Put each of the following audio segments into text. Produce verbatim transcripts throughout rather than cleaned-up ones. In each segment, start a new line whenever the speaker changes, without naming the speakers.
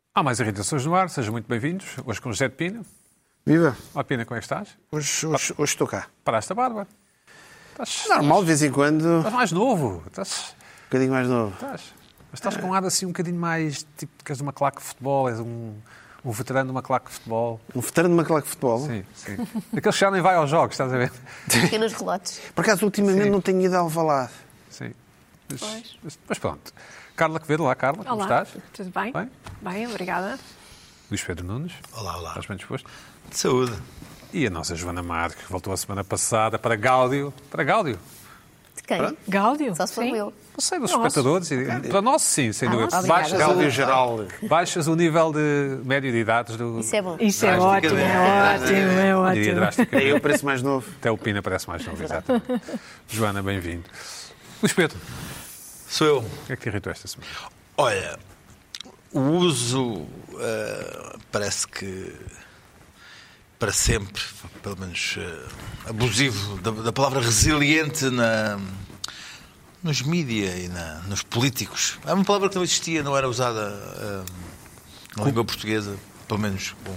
Há mais irritações no ar, sejam muito bem-vindos. Hoje com o José de Pina.
Viva!
Olá, Pina, como é que estás?
Hoje, hoje, hoje estou cá.
Paraste a barba. Estás,
Normal, de vez em quando, um
estás mais novo. Estás,
bocadinho mais novo.
estás, mas estás com um ar assim um bocadinho mais, tipo, que és de uma claque de futebol, és um, um veterano de uma claque de futebol.
Um veterano de uma claque de futebol.
Sim, sim. Daqueles que já nem vai aos jogos, estás a ver?
Pequenos relatos.
Por acaso, ultimamente
Sim.
não tenho ido ao Alvalade.
Sim. Mas,
Pois.
mas, mas pronto. Carla Quevedo, olá Carla, como
Olá,
estás?
tudo bem?
Bem?
Bem, obrigada.
Luís Pedro Nunes.
Olá, olá.
Estás bem disposto?
De saúde.
E a nossa Joana Marques, que voltou a semana passada para Gáudio. Para Gáudio.
De quem?
Gáudio?
Só se for
Sim.
eu.
Não sei, dos
Nossa.
espectadores. e- Para nós, sim, sem
Ah,
dúvida.
obrigada.
Baixas,
Gáudio
o,
geral.
baixas o nível de médio de idades do.
Isso é bom.
Isso é
Drástica,
ótimo,
né?
é ótimo, é
diria
ótimo.
drástica.
É eu, pareço mais novo.
Até o Pina parece mais novo, exatamente. Joana, bem-vindo. Luís Pedro,
Sou eu.
o que é que te irritou esta semana?
Olha, o uso eh, parece que para sempre, pelo menos eh, abusivo, da, da palavra resiliente na, nos mídia e na, nos políticos. É uma palavra que não existia, não era usada eh, na língua portuguesa, pelo menos com,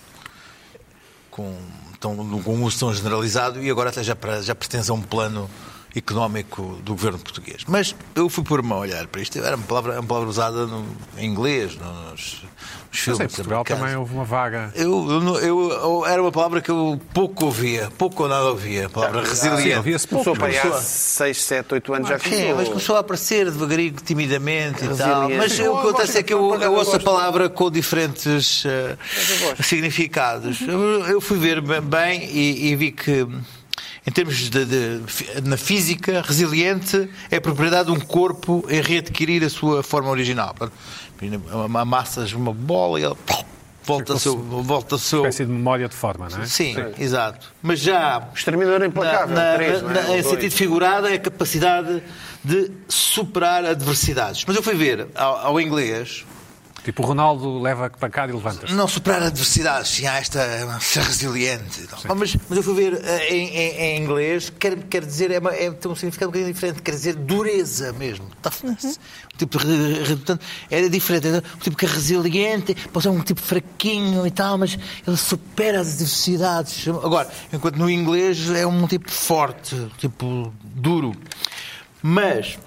com, tão, com um uso tão generalizado, e agora até já, para- já pertence a um plano económico do governo português. Mas eu fui pôr-me a olhar para isto. Era uma palavra, uma palavra usada no, em inglês, nos, nos
Mas
filmes
em Portugal
americanos.
também houve uma vaga.
Eu, eu, não- eu- eu- era uma palavra que eu pouco ouvia, pouco ou nada ouvia. A palavra
Sim,
resiliente.
ouvia-se pouco.
Começou para aí
começou
há
a-
seis, sete, oito anos já
Sim,
começou.
mas começou a aparecer devagarinho, timidamente e tal.
Resiliente.
Mas
Eu
o que acontece é que eu, eu ouço a
gosto.
palavra com diferentes eh, significados. Eu, eu fui ver bem e, e vi que, em termos de, de- na física, resiliente é a propriedade de um corpo em readquirir a sua forma original. Amassas uma bola e ela volta ao seu, volta ao seu.
Uma espécie de memória de forma, não é?
Sim, exato. Mas já
Exterminador implacável.
na, na-
três,
na-
não é?
em
Ou dois.
sentido figurado, é a capacidade de superar adversidades. Mas eu fui ver ao, ao inglês,
Tipo, o Ronaldo leva pancada e levanta-se.
não superar adversidades, sim, há esta ser resiliente. e tal. Mas, mas eu fui ver eh, em, em- em inglês, quer, quer dizer, é, uma, é tem um significado um bocadinho diferente, quer dizer dureza mesmo, toughness. Um tipo de re- re- portanto, era diferente, era um tipo que é resiliente, pode ser um tipo fraquinho e tal, mas ele supera as adversidades. Agora, enquanto no inglês é um tipo forte, tipo duro. Mas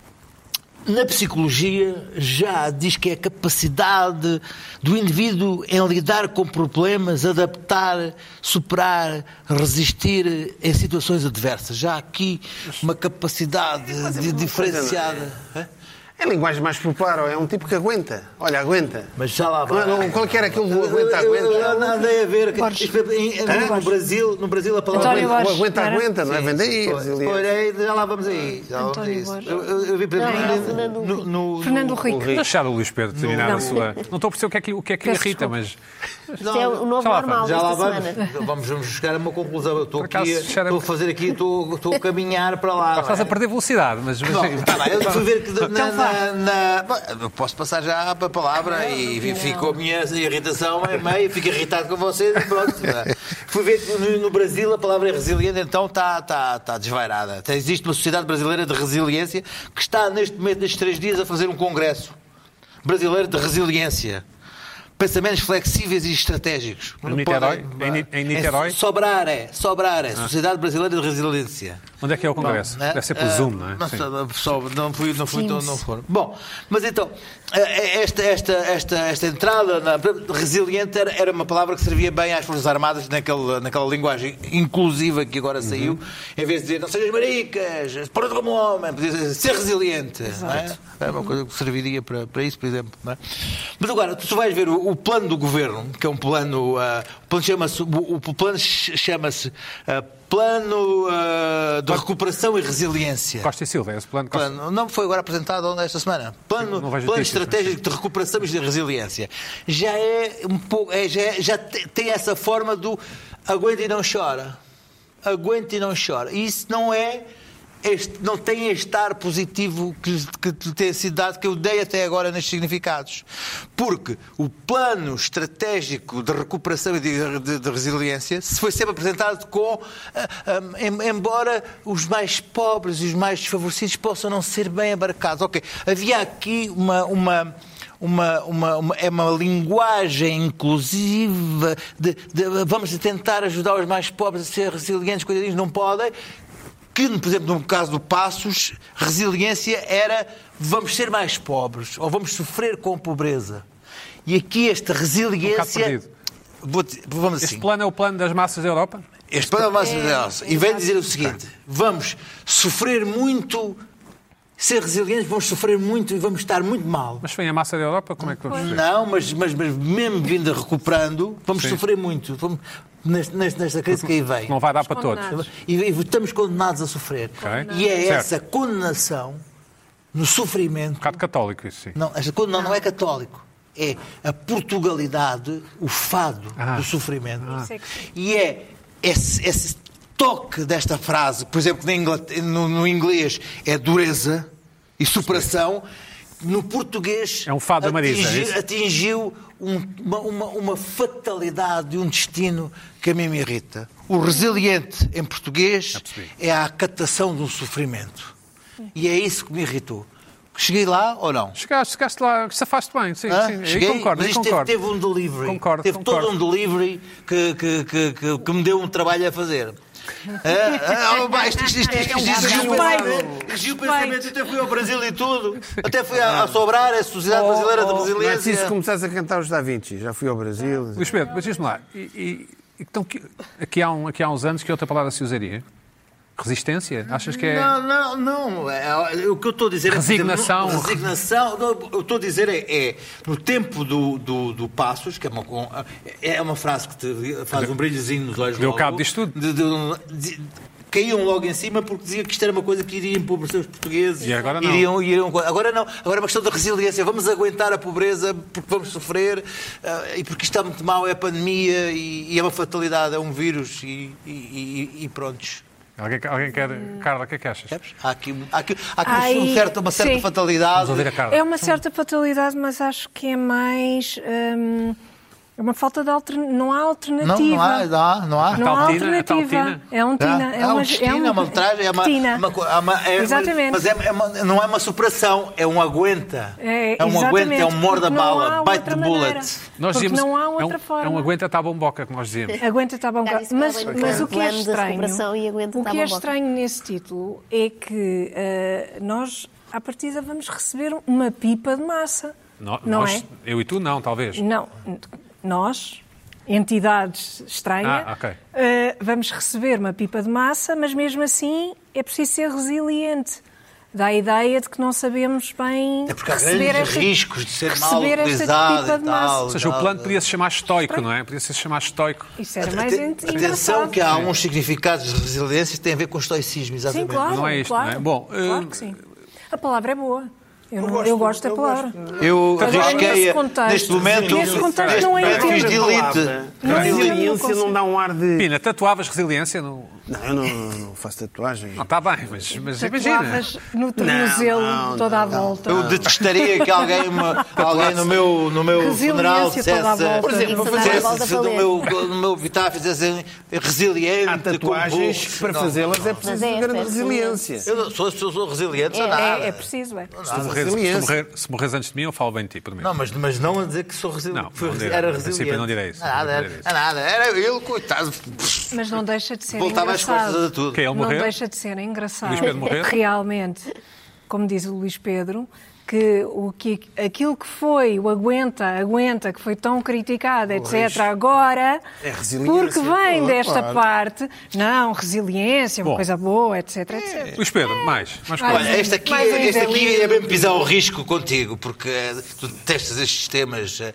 na psicologia já diz que é a capacidade do indivíduo em lidar com problemas, adaptar, superar, resistir em situações adversas. Já há aqui uma capacidade de- diferenciada. Hã?
É linguagem mais popular, ou é um tipo que aguenta. Olha, aguenta.
Mas já lá vai.
Não, não, qual que era aquilo do aguenta,
Eu- eu- eu
aguenta?
Nada a ver.
Borges.
Isto é- em- em- No Brasil, no Brasil a palavra
António
aguenta-
Borges.
O aguenta,
Era?
aguenta, não é?
Sim,
Vem daí.
sim.
resiliente.
Olha, aí, já lá vamos aí. Já lá vamos
António
a isso.
Borges.
Eu, eu, eu vi para
Não,
mim
é o Fernando
no,
Henrique.
no,
Fernando
no-
Rico.
Deixar o Luís Pedro terminar
Não.
a sua. Não estou a perceber o que é que, o que, é que lhe
Peço
irrita,
desculpa.
mas.
Isto é o novo
Já lá
normal
Já lá
desta
vamos.
semana.
Vamos, vamos chegar a uma conclusão. Eu estou
Por acaso,
aqui,
cheira-
estou a fazer aqui, estou, estou a caminhar para lá.
Estás
não
a
é?
perder velocidade, mas. mas
Não, tá bem, eu fui ver que na,
Então
na, na- Bom, eu posso passar já para a palavra e fico a minha irritação em meio, fico irritado com vocês e pronto. Fui ver que no, no Brasil a palavra é resiliente, então está, está, está desvairada. Até existe uma sociedade brasileira de resiliência que está neste momento, nestes três dias, a fazer um congresso brasileiro de resiliência. Pensamentos flexíveis e estratégicos.
Em Niterói? Em Ni- em Niterói?
É sobrar, é. Sobrar, é. Sociedade Brasileira de Resiliência.
Onde é que é o Congresso?
Não,
Deve ser pelo
ah,
Zoom, não é?
Não,
Sim.
só, não fui, não fui, não,
Teams.
não foram. Bom, mas então, eh, esta, esta, esta, esta entrada na, resiliente era, era uma palavra que servia bem às Forças Armadas naquela, naquela linguagem inclusiva que agora saiu, em vez de dizer não sejas maricas, porta como homem, podia dizer ser resiliente. Não é? É uma coisa que serviria para, para isso, por exemplo. Não é? Mas agora, tu vais ver o, o plano do governo, que é um plano, uh, o plano chama-se, o, o plano chama-se uh, Plano uh, de Recuperação e Resiliência.
Costa e Silva, é esse plano. Costa...
Plano, não foi agora apresentado esta semana. Plano,
Não vejo
plano
notícias,
estratégico de recuperação e de resiliência. Já é um pouco, é, já, é- já te- tem essa forma do aguenta e não chora. Aguenta e não chora. E isso não é este, não tem este ar positivo que, que te tem sido dado, que eu dei até agora nestes significados. Porque o plano estratégico de recuperação e de, de, de resiliência se foi sempre apresentado com, ah, ah, em- embora os mais pobres e os mais desfavorecidos possam não ser bem abarcados. Ok, havia aqui uma... uma uma, uma, uma, é uma linguagem inclusiva de, de vamos tentar ajudar os mais pobres a ser resilientes, coitadinhos, não podem. Que, por exemplo, no caso do Passos, resiliência era vamos ser mais pobres ou vamos sofrer com pobreza. E aqui esta resiliência...
Um
vou, vamos assim.
Este plano é o plano das massas da Europa?
Este plano é o plano das massas. E vem dizer o seguinte, vamos sofrer muito... Ser resilientes, vamos sofrer muito e vamos estar muito mal.
Mas vem a massa da Europa, como é que vamos fazer?
Não, mas, mas, mas mesmo vindo recuperando, vamos Sim. sofrer muito. Vamos, nesta, nesta crise que aí vem.
Não vai dar para todos.
E, e estamos condenados a sofrer.
Okay.
E é
certo.
essa condenação no sofrimento...
Um bocado católico isso, sim.
Não, esta condenação não. não é católico. É a Portugalidade, o fado ah. do sofrimento. Ah. E é esse... esse toque desta frase, por exemplo, no, no inglês é dureza e superação, no português
é um fado da Marisa,
atingiu,
é
atingiu um, uma, uma, uma fatalidade, um destino que a mim me irrita. O resiliente em português é a acatação de um sofrimento. E é isso que me irritou. Cheguei lá ou não?
Chegaste, chegaste lá, safaste bem, sim.
Ah,
sim.
Cheguei,
concordo,
mas isto
concordo.
Teve, teve um delivery.
Concordo,
teve
concordo.
todo um delivery que, que, que, que, que me deu um trabalho a fazer. Ah, isto exigiu o pensamento. Até fui ao Brasil e tudo. Até fui a, a Sobrar, a Sociedade Brasileira de Resiliência.
Mas se começares a cantar os Da Vinci, já fui ao Brasil.
Luís Pedro, mas diz-me lá, e, e, então, aqui, há um, aqui há uns anos que outra palavra se usaria? Resistência? Achas que é...
Não, não, não. É, o que eu estou a dizer é...
Resignação.
Dizer, resignação. Não, eu estou a dizer é, é no tempo do, do, do Passos, que é uma, é uma frase que te faz um brilhozinho nos olhos.
Deu
logo,
cabo disto tudo.
De, de, de, caíam logo em cima porque diziam que isto era uma coisa que iria empobrecer os portugueses.
E agora não.
Iriam, iriam, agora não. Agora é uma questão da resiliência. Vamos aguentar a pobreza porque vamos sofrer uh, e porque isto está muito mal, é a pandemia e, e é uma fatalidade, é um vírus e, e, e, e prontos.
Alguém, alguém quer... Carla, o que é que achas?
Há aqui, há aqui, há aqui
Ai,
um certo, uma certa
sim.
fatalidade.
Vamos ouvir a Carla.
É uma certa fatalidade, mas acho que é mais... Hum, é uma falta de alternativa. Não há alternativa.
Não, não há, não há. Não há,
não há
taltina,
alternativa. É um tina.
É,
é,
um
uma,
destino,
é, um,
é uma metragem, é uma,
tina.
uma, uma, uma é,
Exatamente.
Mas é, é uma, não é uma superação, é um aguenta.
É,
é um aguenta, é um morda
porque não
bala,
há
bite
outra
the bullet.
maneira.
Nós
Porque
dizíamos,
não há outra
é um,
forma.
É um aguenta tá bom boca, que nós dizíamos.
Aguenta está bom.
Já disse
Mas,
para além
mas
do
o que é
plano da
estranho,
recuperação e aguenta
o
está
que
bom
é
boca.
estranho nesse título é que uh, nós, à partida, vamos receber uma pipa de massa.
No,
não
nós,
é?
Eu e tu não, talvez.
Não. Nós, entidades estranhas,
Ah, okay.
uh, vamos receber uma pipa de massa, mas mesmo assim é preciso ser resiliente. Dá a ideia de que não sabemos bem
É porque há
receber
grandes
esta,
riscos de ser mal
receber esta
utilizado
pipa
e
de massa.
tal.
Ou seja, o plano podia se chamar estoico, não é? Podia se chamar estoico.
Isso era mais
Aten-
engraçado.
Atenção que há uns significados de resiliência que têm a ver com o estoicismo,
Sim,
exatamente.
claro.
Não é isto,
claro,
não é? Bom,
claro
uh,
que sim. A palavra é boa. Eu, não, eu gosto da palavra.
Eu
Agora,
arrisquei
nesse
a-
contexto-
neste momento,
nesse contexto
neste
não é
momento fiz
entendo.
delete.
Não é
Resiliência não dá um ar de...
Pina, tatuavas resiliência? No...
Não, eu não, não faço tatuagem.
Não, está bem, mas, mas imagina.
Tatuavas no tornozelo
Não, não,
toda à
não.
volta.
Eu detestaria que alguém, me- alguém no meu, no meu
Resiliência
funeral
toda
dissesse,
à volta.
por exemplo,
Isso dá a volta
dissesse
para
no
ler.
meu, no meu epitáfio dissessem resiliente.
Há tatuagens,
como-
para fazê-las é preciso
Mas é,
grande
é
resiliência.
Eu não sou, sou, sou resiliente, sou nada.
É, é preciso, é.
Se tu morres, se tu morrer- se morres antes de mim, eu falo bem de ti, por mim.
Não, mas, mas não a dizer que sou resiliente.
Não,
Fui
não
resi-
direi.
era
No princípio
resiliente.
não direi isso.
Nada,
Não
era,
direi isso.
nada. Era ele, coitado.
Mas não deixa de ser
Voltava às
engraçado.
costas a tudo.
Que é ele
Não
morrer?
deixa de ser engraçado.
Luís Pedro morrer?
Realmente, como diz o Luís Pedro, que, o, que aquilo que foi o aguenta, aguenta, que foi tão criticado, etcétera, agora,
É resiliência.
porque vem
Claro,
desta
claro.
parte, não, resiliência, uma
Bom.
coisa boa, etc, etcétera.
Luís Pedro, mais. mais
Olha,
coisas.
Olha, este aqui,
Mais um
este aqui
idealismo.
é bem pisar o risco contigo, porque eh, tu testas estes temas eh,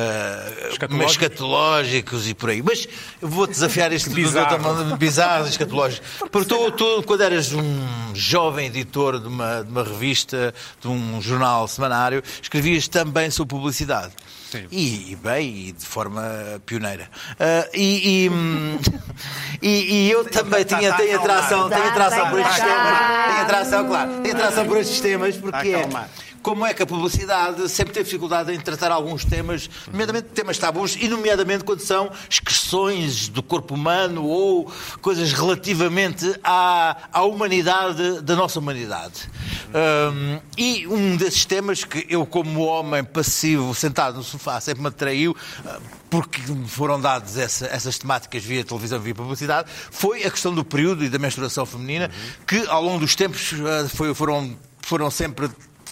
eh,
Escatológicos.
escatológicos e por aí. Mas eu vou desafiar isto
Bizarro.
bizarros, escatológicos. Porque tu, tu, quando eras um jovem editor de uma, de uma revista, de um jornal semanário, escrevias também sobre publicidade.
Sim.
E, e bem, e de forma pioneira. Ah, e, e, hum, e- e eu também tinha, tenho atração, tenho atração por estes temas. Tenho atração, claro. Tenho atração por estes temas porque é. como é que a publicidade sempre teve dificuldade em tratar alguns temas, nomeadamente temas tabus, e nomeadamente quando são expressões do corpo humano ou coisas relativamente à, à humanidade, da nossa humanidade. Um, e um desses temas que eu, como homem passivo, sentado no sofá, sempre me atraiu, porque foram dadas essa, essas temáticas via televisão, via publicidade, foi a questão do período e da menstruação feminina, uhum. que ao longo dos tempos foi, foram, foram sempre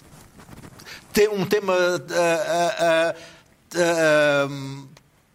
um tema uh, uh, uh, uh,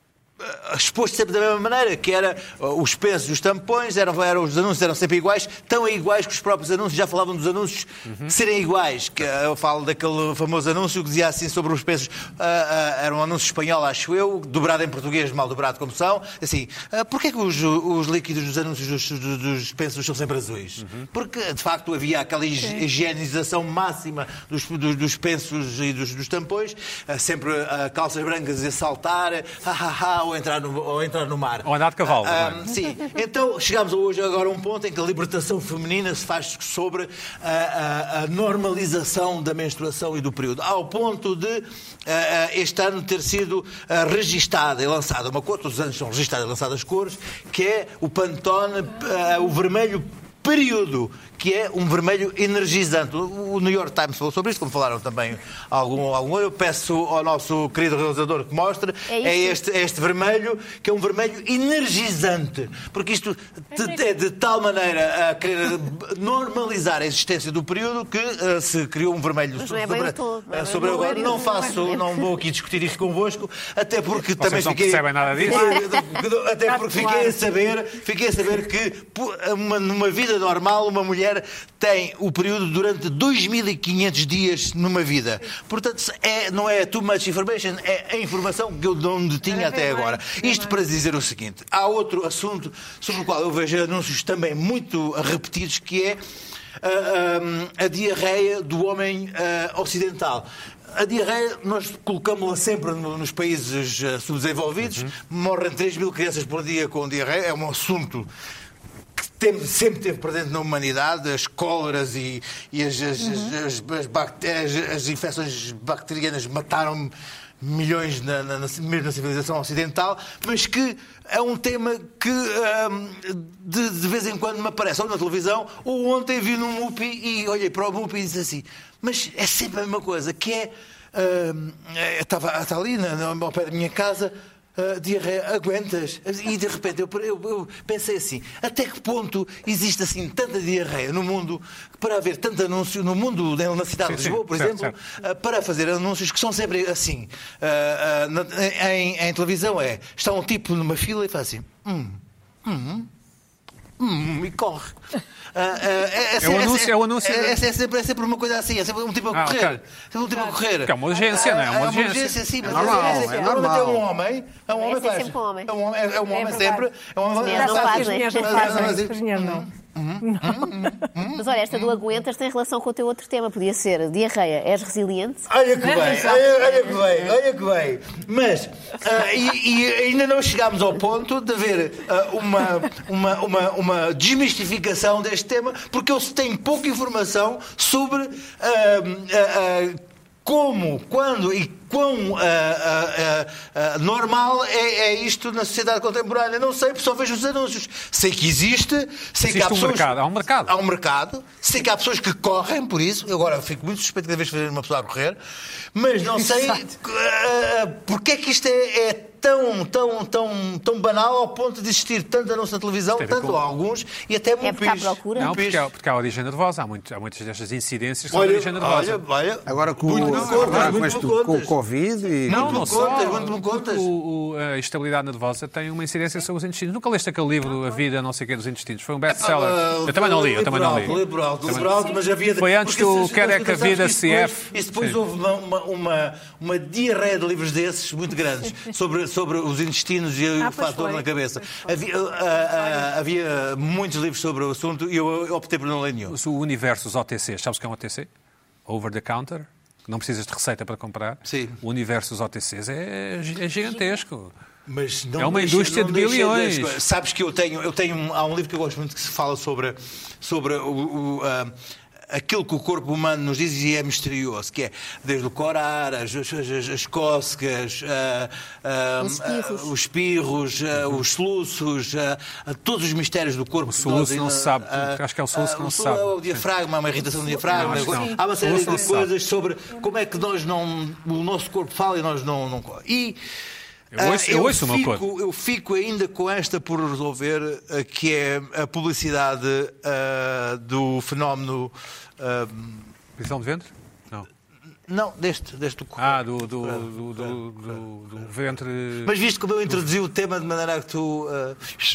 exposto sempre da mesma maneira, que era os pensos e os tampões, eram, eram, os anúncios eram sempre iguais, tão iguais que os próprios anúncios já falavam dos anúncios uhum. serem iguais. Que eu falo daquele famoso anúncio que dizia assim sobre os pensos, uh, uh, era um anúncio espanhol, acho eu, dobrado em português, mal dobrado como são, assim, uh, porquê é que os, os líquidos dos anúncios dos, dos, dos pensos são sempre azuis? Uhum. Porque, de facto, havia aquela higienização máxima dos, dos, dos pensos e dos, dos tampões, uh, sempre uh, calças brancas a saltar, ha, ha, ha, ou entrar no, ou entrar no mar.
Ou andar de cavalo.
Ah, ah, sim. Então, chegamos hoje agora a um ponto em que a libertação feminina se faz sobre a, a, a normalização da menstruação e do período. Ao ponto de a, a, este ano ter sido a, registada e lançada uma cor, todos os anos são registadas e lançadas cores, que é o Pantone, a, o vermelho período, que é um vermelho energizante. O New York Times falou sobre isto, como falaram também algum, algum. Eu peço ao nosso querido realizador que mostre. É, é, este, é este vermelho, que é um vermelho energizante. Porque isto é de tal maneira a querer normalizar a existência do período que uh, se criou um vermelho
Mas
sobre,
não é bem todo, não é
sobre
bem
agora.
todo.
Não faço, não vou aqui discutir isto convosco, até porque
Vocês
também
não
fiquei...
percebem nada disso.
Até porque fiquei a saber, fiquei a saber que uma, numa vida normal uma mulher tem o período durante dois mil e quinhentos dias numa vida. Portanto, é, não é too much information, é a informação que eu não tinha até agora. Isto para dizer o seguinte, há outro assunto sobre o qual eu vejo anúncios também muito repetidos, que é a, a, a diarreia do homem uh, ocidental. A diarreia, nós colocamos-la sempre nos países uh, subdesenvolvidos, uhum. morrem três mil crianças por dia com diarreia, é um assunto Tem, sempre teve presente na humanidade, as cóleras e, e as, as, uhum. as, as, bactérias, as infecções bacterianas mataram milhões na, na, mesmo na civilização ocidental, mas que é um tema que um, de, de vez em quando me aparece ou na televisão, ou ontem vi num M U P I e olhei para o M U P I e disse assim, mas é sempre a mesma coisa, que é, um, estava, estava ali na, ao pé da minha casa, Uh, diarreia, aguentas? E de repente eu, eu, eu pensei assim, até que ponto existe assim tanta diarreia no mundo, para haver tanto anúncio no mundo, na cidade sim, de Lisboa, por certo, exemplo, certo. Uh, para fazer anúncios que são sempre assim. Uh, uh, na, em, em televisão é, está um tipo numa fila e faz assim, hum, hum, hum, e corre. Uh, uh, é,
é, é, o anúncio, é, é o anúncio.
É, é, é, sempre, é sempre uma coisa assim, é sempre um tipo a correr. Ah, okay. É um tipo a correr.
Porque é uma urgência, não é? É uma urgência,
é uma urgência sim, mas
é normal. É,
é, normal. É um homem. É um homem,
é sempre um homem.
É um homem, é um homem sempre. É um homem.
As mulheres não fazem.
As mulheres não.
Uhum. Uhum. Mas olha, esta do aguentas tem relação com o teu outro tema. Podia ser diarreia. És resiliente?
Olha que bem, olha, olha que bem, olha que bem. Mas, uh, e, e ainda não chegámos ao ponto de haver uh, uma, uma, uma, uma desmistificação deste tema, porque eu tenho pouca informação sobre uh, uh, uh, como, quando e quão uh, uh, uh, uh, normal é, é isto na sociedade contemporânea. Não sei, porque só vejo os anúncios. Sei que existe, sei
existe
que há
um
pessoas...
mercado. Há um mercado.
Há um mercado. Sei que há pessoas que correm por isso. Eu agora fico muito suspeito cada vez que vejo uma pessoa a correr. Mas não sei uh, porque é que isto é, é tão, tão, tão, tão banal ao ponto de existir tanto anúncio na televisão, tanto com... alguns, e até muito
é porque há procura?
Não, porque há, porque há origem nervosa. Há, muito, há muitas destas incidências que são de origem nervosa.
Olha, olha.
Agora com,
muito
o,
me contas,
agora com,
muito
este,
me
com o Covid e...
Não, não,
não
só.
Contas, muito me contas.
O, o, a estabilidade nervosa tem uma incidência sobre os intestinos. Nunca leste aquele livro, A Vida, não sei o quê, dos intestinos? Foi um best-seller. Uh, eu também não li, eu também não li.
Livro alto, livro alto, mas havia...
Foi antes do Quer é que a Vida se é...
E depois houve uma, uma, uma, uma diarreia de livros desses muito grandes sobre, sobre os intestinos e ah, o fator foi. na cabeça. Havia, uh, uh, havia muitos livros sobre o assunto e eu optei por não ler nenhum.
O universo dos O T Cs, sabes o que é um O T C? Over the counter? Não precisas de receita para comprar.
Sim.
O universo dos O T Cs é, é gigantesco.
Mas não
é uma
deixa,
indústria de bilhões.
De... Sabes que eu tenho, eu tenho... Há um livro que eu gosto muito que se fala sobre, sobre o... o uh, aquilo que o corpo humano nos diz e é misterioso, que é desde o corar, as, as, as, as cócegas, uh, uh,
os espirros,
uh, os, espirros uh, os soluços, uh, uh, todos os mistérios do corpo.
O soluço não se sabe.
Uh,
Acho que é o soluço que não
uh,
se sabe.
O diafragma, uma irritação do diafragma.
Não, não.
Há uma série
Soluço não
de
se
coisas sobre como é que nós não... O nosso corpo fala e nós não... não e...
Eu ouço,
Uh,
eu ouço o meu
fico,
corpo.
eu fico ainda com esta por resolver, uh, que é a publicidade uh, do fenómeno... Uh,
Prisão de ventre? Não.
não, deste, deste do
Ah, do, do, do, do, do, do ventre...
Mas viste como eu introduzi o tema de maneira a que tu... Uh...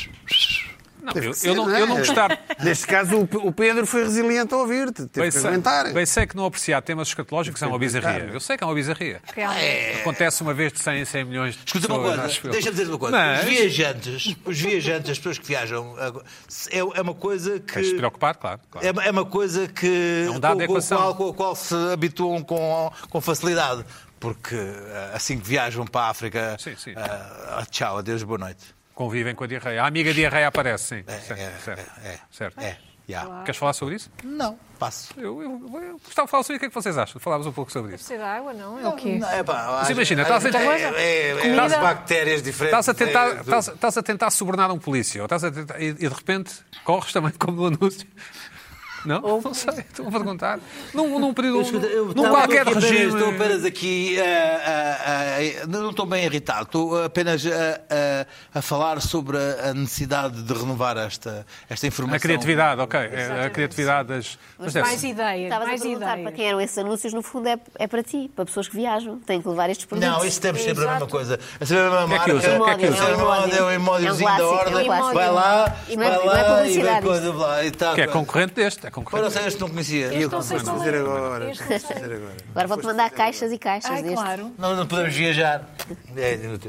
Não, eu, eu, não, eu não gostar...
Neste caso, o Pedro foi resiliente a ouvir-te. Teve
Bem
que
sei,
aguentar.
bem sei que não apreciar temas escatológicos é uma bizarria. Eu sei que é uma bizarria.
Realmente.
Acontece uma vez de cem em cem milhões de
Escuta
pessoas.
uma coisa,
acho eu.
deixa-me dizer uma coisa.
Mas-
Os viajantes, os viajantes, as pessoas que viajam, é, é uma coisa que...
Tens de se preocupar, claro. claro.
É, uma- é uma coisa que,
É um dado da
com, com,
equação.
a qual, com a qual se habituam com, com facilidade. Porque eh, assim que viajam para a África,
Sim, sim.
eh, tchau, adeus, boa noite.
Convivem com a diarreia. A amiga diarreia aparece, sim.
É,
certo,
é,
certo,
é,
certo.
É, yeah.
Queres falar sobre isso?
Não, passo.
Eu, eu, eu gostava de falar sobre o que é que vocês acham. Falámos um pouco sobre isso.
Ser água, não? É o quê?
Não, é pá,
Mas imagina, estás a-
é, é, é,
Comida?
as bactérias diferentes.
Estás a tentar,
é, do-
estás, estás a tentar subornar um polícia, ou estás a tentar, e, e de repente corres também como no anúncio. Não? Não sei, estou a perguntar. Num, num período,
Escuta, eu
num
estava-
qualquer
estou aqui apenas-
regime.
Estou apenas aqui, ah, ah, ah, não estou bem irritado, estou apenas a, a, a falar sobre a necessidade de renovar esta, esta informação.
A criatividade, ok. É a criatividade das. Mas deve
Mais
ser.
ideias,
Estavas a
mais
perguntar
ideias.
para quem eram esses anúncios, no fundo é, é para ti, para pessoas que viajam. Têm que levar estes produtos.
Não, isso temos sempre a mesma
Exato.
coisa. A sempre a mesma
que é que
marca.
usa? O que é que
usa?
É um emódio, é um
É um
emódiozinho da
clássico, é um
ordem.
clássico.
Vai lá,
E não é-
vai
não é
lá e
publicidade
vê coisa lá. E tá,
Que é concorrente deste. É
Pô, não
concorrente
sei,
deste.
este não conhecia.
Este não sei
Vamos
qual
fazer
é.
agora.
Este não sei.
Vamos fazer agora.
Agora vou-te mandar caixas e caixas
Ai,
destes.
claro.
Não, não podemos viajar. É inútil.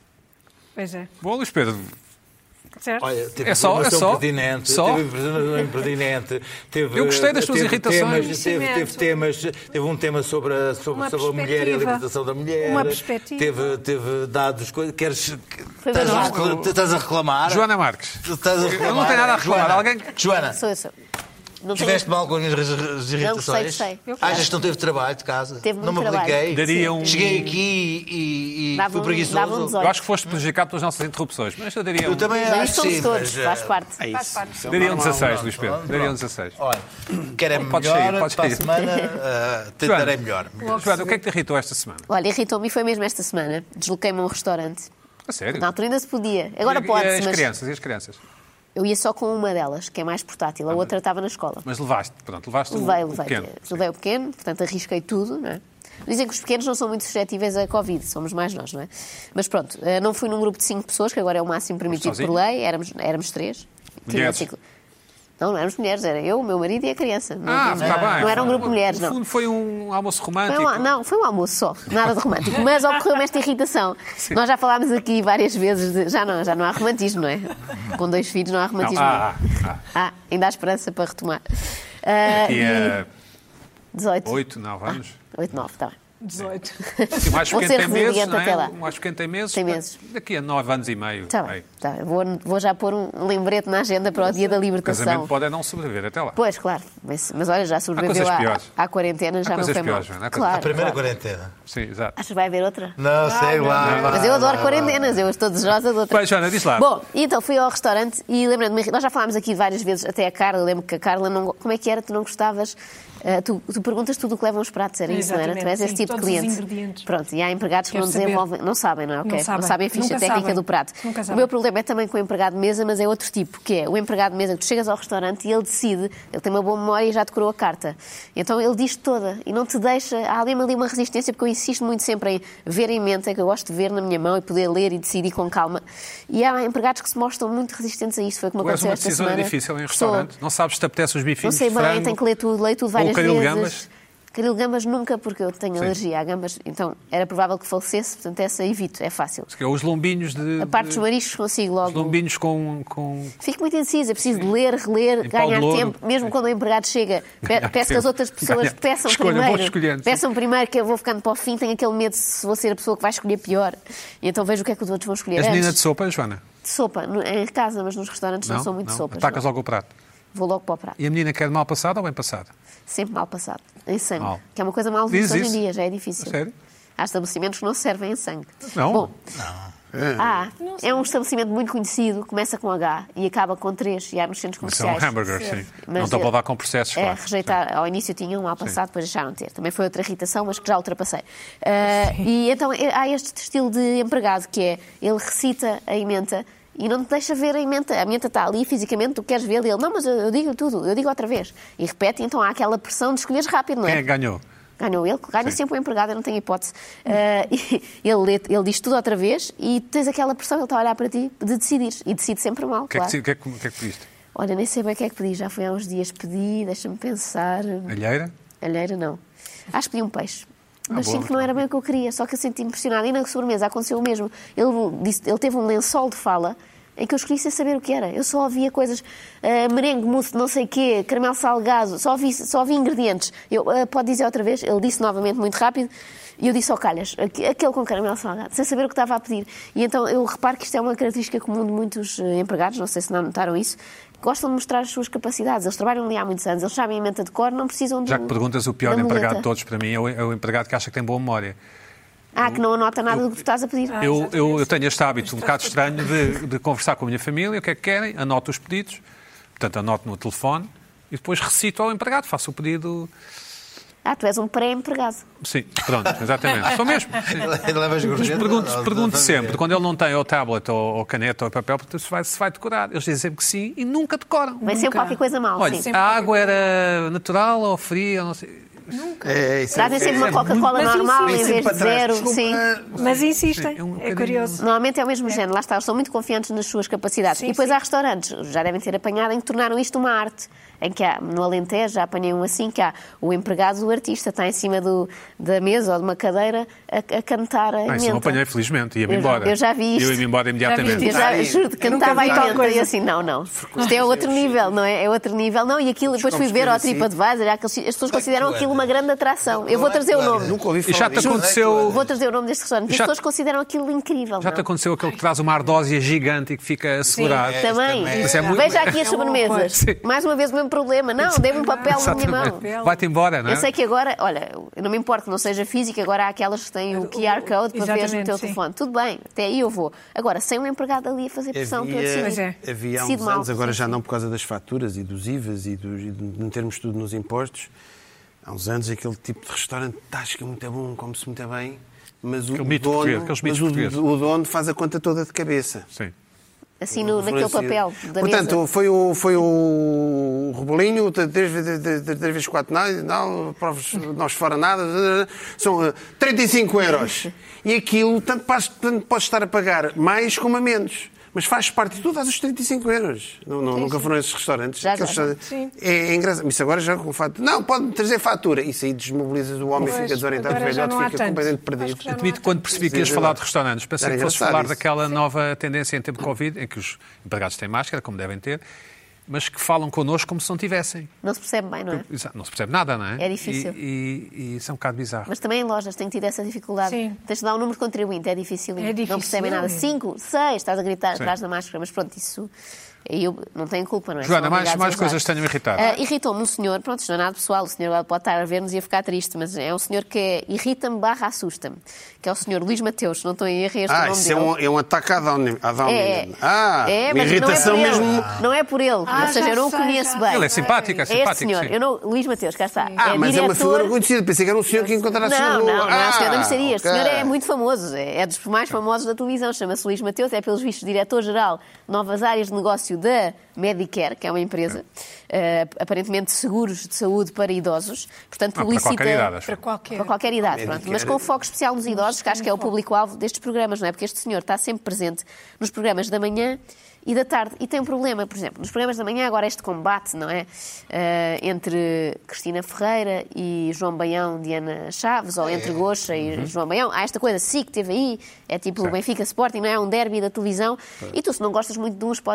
Pois é.
Bom, Luís Pedro,
Certo?
Olha, teve
É só- é
informação
só?
pertinente,
Só?
teve informação impertinente, teve,
Eu gostei das tuas
teve
irritações.
Temas, teve, teve temas, teve um tema sobre a, sobre,
Uma
sobre a mulher e a
perspectiva.
libertação da mulher.
Uma perspectiva.
Teve, teve dados, coisas. Queres.
Foi
Estás a,
verdade.
recla- estás a reclamar?
Joana Marques.
Estás a reclamar?
Eu não tenho nada a reclamar.
Joana,
Alguém-
Joana,
Sou eu, sou. Não tenho-
tiveste mal com as as irritações?
gostei, gostei. Eu
Achas que não teve trabalho de casa?
Teve
não
muito
me
trabalho.
apliquei.
Daria um-
Cheguei aqui e, e
Dava
fui
um-
preguiçoso.
dava um dezoito.
Eu acho que foste prejudicado pelas nossas interrupções, mas eu daria
Eu
um,
também
Nós
acho que
somos
sim,
todos,
mas,
faz
eh,
parte.
É
Faz
isso.
parte.
Isso é
daria um
normal.
dezasseis, Luís Pedro.
Pronto,
Daria um
pronto.
dezasseis.
Olha, quer é
Podes
melhor,
sair, podes
para a
sair.
semana uh, tentarei melhor.
Joana, o que é que te irritou esta semana?
Olha, irritou-me e foi mesmo esta semana. Desloquei-me a um restaurante.
A sério?
Na altura ainda se podia. Agora
E- e
pode-se,
as
mas
crianças, e as crianças?
eu ia só com uma delas, que é mais portátil. A outra estava na escola.
Mas levaste, pronto, levaste o-
Levei,
o
levei.
pequeno.
Levei o pequeno, portanto arrisquei tudo, não é? Dizem que os pequenos não são muito suscetíveis a Covid, somos mais nós, não é? Mas pronto, eh, não fui num grupo de cinco pessoas, que agora é o máximo permitido
sozinho?
por lei, éramos, éramos três. Tinha
Mulheres?
ciclo- Não, não éramos mulheres, era eu, o meu marido e a criança. Não,
Ah,
não,
está bem.
não era um grupo de mulheres,
No
não.
fundo foi um almoço
Foi
romântico.
um, não, foi um almoço só, nada de romântico. Mas ocorreu-me esta irritação. Nós já falámos aqui várias vezes, de, já, não, já não há romantismo, não é? Com dois filhos não há
Não,
romantismo.
ah, ah,
Ah, ainda há esperança para retomar. Ah,
ah. E é
dezoito.
oito, nove anos.
oito, nove, está bem.
dezoito.
E o mais
Vou
pequeno
ser
tem meses,
resiliente
não é?
até lá.
O mais pequeno tem meses.
Tem meses.
Daqui a nove anos e meio.
Está
bem.
bem, tá bem. Vou, vou já pôr um lembrete na agenda para o dia da
O
libertação.
casamento pode é não sobreviver até lá.
Pois, claro. Mas, mas olha, já sobreviveu
coisas
à,
piores.
à quarentena, já
Há
não
coisas
foi mal.
piores, Joana, há coisas-
Claro,
A primeira
claro.
quarentena.
Sim, exato.
Achas que vai haver outra?
Não, sei lá.
Mas eu adoro quarentenas, eu estou desejosa de outra.
Vai, Joana, diz lá.
Bom, e então fui ao restaurante e lembrando-me, nós já falámos aqui várias vezes, até a Carla, lembro que a Carla, não, como é que era, tu não gostavas, ah, tu, tu perguntas tudo o que levam os pratos, era isso, não era?
Exatamente,
Tu és esse
sim,
tipo de
todos os
cliente.
ingredientes.
Pronto, e há empregados que
Quero
não
saber.
desenvolvem, não sabem, não é? Ok?
Não sabem.
a ficha
Nunca
técnica
sabem.
do prato.
Nunca
O
sabem.
meu problema é também com o empregado de mesa, mas é outro tipo, que é o empregado de mesa, que tu chegas ao restaurante e ele decide, ele tem uma boa memória e já decorou a carta. Então ele diz toda e não te deixa, há ali ali uma resistência, porque eu insisto muito sempre em ver em mente, é que eu gosto de ver na minha mão e poder ler e decidir com calma. E há empregados que se mostram muito resistentes a isso, foi como
Tu és
aconteceu
uma
esta
decisora
semana.
difícil em
Sou.
restaurante. Não sabes se te apetece os
Não
bifinhos
sei
de
bem,
frango.
tenho que ler tudo, leio tudo várias
caril de
vezes.
gambas?
Caril de gambas nunca, porque eu tenho
Sim.
alergia a gambas, então era provável que falecesse, portanto essa evito, é fácil.
Os lombinhos de...
A parte dos
de-
mariscos consigo
Os
logo.
lombinhos com... com...
Fico muito indecisa, preciso de ler, reler,
Em pau de
ganhar
louro.
tempo, mesmo quando o empregado chega. Pe-
Ganhar
Peço que
tempo.
as outras pessoas
Ganhar-
peçam
Escolha, vou
primeiro.
escolhendo, sim.
Peçam primeiro, que eu vou ficando para o fim, tenho aquele medo se vou ser a pessoa que vai escolher pior. E então vejo o que é que os outros vão escolher
És
antes.
menina de sopa, Joana?
De sopa, no- em casa, mas nos restaurantes não,
Não?
sou muito
não.
de sopas.
Atacas
não.
logo o prato.
vou logo para o prato.
E a menina quer mal passado ou bem passado?
Sempre mal passado, em sangue.
Mal.
Que é uma coisa mal vista hoje em
isso?
dia, já é difícil.
A sério?
Há estabelecimentos que não se servem em sangue.
Não?
Bom, ah, é um estabelecimento muito conhecido, começa com H e acaba com três, e há nos centros
Isso é um
comerciais.
hambúrguer, sim.
Mas
Não estou
é-
para dar com processos,
É,
claro.
rejeitar. Ao início tinham um mal passado, depois deixaram de ter. Também foi outra irritação, mas que já ultrapassei. Ah, e então é- há este estilo de empregado que é, ele recita a emenda e não te deixa ver a emenda. A emenda está ali fisicamente, tu queres ver, e ele, não, mas eu, eu digo tudo, eu digo outra vez. E repete, e então há aquela pressão de escolheres rápido, não
Quem
é?
é que ganhou?
Ganhou ele, ganha
Sim.
sempre o empregado, eu não tenho hipótese. Ah, e ele, lê- ele diz tudo outra vez e tens aquela pressão, ele está a olhar para ti, de decidir. E decide sempre mal,
O que é
claro.
que, o que, é que, o que é que pediste?
Olha, nem sei bem o que é que pedi, já foi há uns dias pedi, deixa-me pensar.
Alheira?
Alheira, não. Acho que pedi um peixe. Mas
boa,
sinto que não era bem o que eu queria, só que eu senti impressionada. E na sobremesa aconteceu o mesmo. Ele, disse, ele teve um lençol de fala em que eu escolhi sem saber o que era. Eu só ouvia coisas, uh, merengue, mousse, não sei o quê, caramelo salgado, só ouvi, só ouvi ingredientes. Eu, uh, pode dizer outra vez? Ele disse novamente muito rápido e eu disse ao calhas, aquele com caramelo salgado, sem saber o que estava a pedir. E então eu reparo que isto é uma característica comum de muitos uh, empregados, não sei se não notaram isso, gostam de mostrar as suas capacidades. Eles trabalham ali há muitos anos, eles sabem a emenda de cor, não precisam de.
Já que perguntas, o pior
da
empregado
muleta.
de todos para mim é o, é o empregado que acha que tem boa memória.
Ah, que não anota nada do que tu estás a pedir.
Ah,
Eu,
exatamente.
eu, eu tenho este hábito um bocado estranho de, de conversar com a minha família, o que é que querem, anoto os pedidos, portanto anoto no telefone e depois recito ao empregado, faço o pedido.
Ah, tu és um pré-empregado.
Sim, pronto, exatamente. Sou mesmo. Sim.
Ele leva as gorjetas.
Pergunto,
Não,
pergunto
não,
sempre, quando ele não tem ou tablet ou, ou caneta ou papel, se vai, se vai decorar. Eles dizem sempre que sim e nunca decoram.
Vem sempre qualquer coisa mal,
Olha,
sim.
a água era natural ou fria, não sei.
É, isso
Trazem sempre uma Coca-Cola
Mas
normal
isso-
em
Vem
vez
sempre
de
para trás.
zero.
Desculpa,
Sim.
Mas insistem,
Sim, é um
é
bocadinho-
curioso.
Normalmente é o mesmo género, lá está, eles são muito confiantes nas suas capacidades.
Sim,
e depois
sim.
há restaurantes, já devem ter apanhado, em que tornaram isto uma arte. Em que há, no Alentejo, já apanhei um assim, que há o empregado do artista, está em cima do, da mesa ou de uma cadeira a, a cantar a
Ah, isso não
emenda.
apanhei, felizmente, ia-me
Eu já-
embora.
eu já vi isto.
Eu ia-me embora imediatamente.
Eu já juro que
Eu nunca
cantava a
vi tal
emenda
coisa.
e assim, não, não. Isto é outro nível, não é? É outro nível. Não, e aquilo, depois fui ver ao
assim.
TripAdvisor, há aqueles- as pessoas consideram aquilo uma grande atração. Eu vou trazer o nome.
Nunca ouvi
E
falar
já te
disso.
aconteceu,
Vou trazer o nome deste restaurante. As
Já-
pessoas consideram aquilo incrível.
já
não?
te aconteceu aquele que traz uma ardósia gigante e que fica segurado?
Também.
também.
Isso é muito-
Veja aqui as
É uma
sobremesas.
Sim.
Mais uma vez o mesmo problema. Não, dê-me um papel na minha mão.
Exatamente. Vai-te embora, não é?
Eu sei que agora, olha, eu não me importo que não seja física, agora há aquelas que têm o Q R Code para ver no
Exatamente,
teu
sim.
telefone. Tudo bem, até aí eu vou. Agora, sem um empregado ali a fazer pressão para eu
Havia,
decidir.
Pois é.
havia há
Decido
uns
mal,
anos, agora
sim,
já
sim.
não por causa das faturas e dos I V As e, dos, e de metermos tudo nos impostos. Há uns anos aquele tipo de restaurante tasca muito bom, come-se muito bem, mas o
Aquele mito
dono,
português, aqueles mitos
mas o,
portugueses.
o dono faz a conta toda de cabeça.
Sim.
Assim no, naquele papel da
Portanto,
mesa.
foi o, foi o Rebolinho, três vezes quatro, não, não, provas, nós fora nada, são eh, trinta e cinco euros. E aquilo, tanto, pas- tanto podes estar a pagar mais como a menos. Mas faz parte, tu dás os trinta e cinco euros. Não, não, nunca foram esses restaurantes.
Já,
Aqueles
já, já.
restaurantes- É, é engraçado. Isso agora já com fatura. Não, pode trazer fatura. Isso aí desmobilizas o homem,
Pois,
fica desorientado, o
agora já
velhote
não há
fica
tanto.
completamente
Acho
perdido.
que já não
Admito,
há
quando
tanto.
percebi que ias
Sim,
falar
sim.
de restaurantes, pensei
Era
que fosses
engraçado
falar
isso.
daquela nova tendência em tempo de Covid, em que os empregados têm máscara, como devem ter, mas que falam connosco como se não tivessem.
Não se percebe bem, não é?
Exato, não se percebe nada, não é?
É difícil.
E, e, e isso é um bocado bizarro.
Mas também em lojas tenho tido essa dificuldade.
Sim.
Tens de dar um número de contribuinte, é difícil.
É difícil.
Não percebem nada. Cinco, seis, estás a gritar
Sim.
atrás da máscara, mas pronto, isso. Eu não tenho culpa, não é?
Joana,
São
mais,
obrigados
mais
a usar.
coisas tenham irritado.
Ah, irritou-me um senhor, pronto, isto não é nada pessoal, o senhor pode estar a ver-nos e a ficar triste, mas é um senhor que é, irrita-me barra assusta-me, que é o senhor Luís Mateus, se não estou em erro, é este o
Ah,
nome
isso é
dele.
um, é um ataque à Downing. À Downing.
É,
Ah,
é, mas
irritação
não é por
mesmo.
ele. Não é por ele.
Ah,
Ou seja,
já
eu não o
sei,
conheço
já
bem.
Ele é simpático, é
É este
simpático,
senhor.
sim.
Eu não, Luís Mateus, cá está.
Ah,
é
mas é uma
diretor...
figura conhecida. Pensei que era um senhor que encontrasse
Não,
na
não,
rua.
não, é o senhor da
Ah,
mercearia. Este
ok.
senhor é muito famoso, é é dos mais famosos da televisão, chama-se Luís Mateus, é pelos vistos diretor-geral de novas áreas de negócio da Medicare, que é uma empresa, eh, aparentemente de seguros de saúde para idosos, portanto
Ah, para
publicita...
qualquer idade, acho.
Para qualquer.
Para qualquer idade, pronto.
Medicare.
Mas com foco especial nos idosos, que acho que é o público-alvo destes programas, não é? Porque este senhor está sempre presente nos programas da manhã e da tarde. E tem um problema, por exemplo, nos programas da manhã, agora este combate, não é? Eh, entre Cristina Ferreira e João Baião, Diana Chaves, ou entre Goxa e João Baião. Há esta coisa, SIC, T V I, é tipo o
Certo.
Benfica Sporting, não é? É um derby da televisão. E tu, se não gostas muito de uns, podes ir para outro.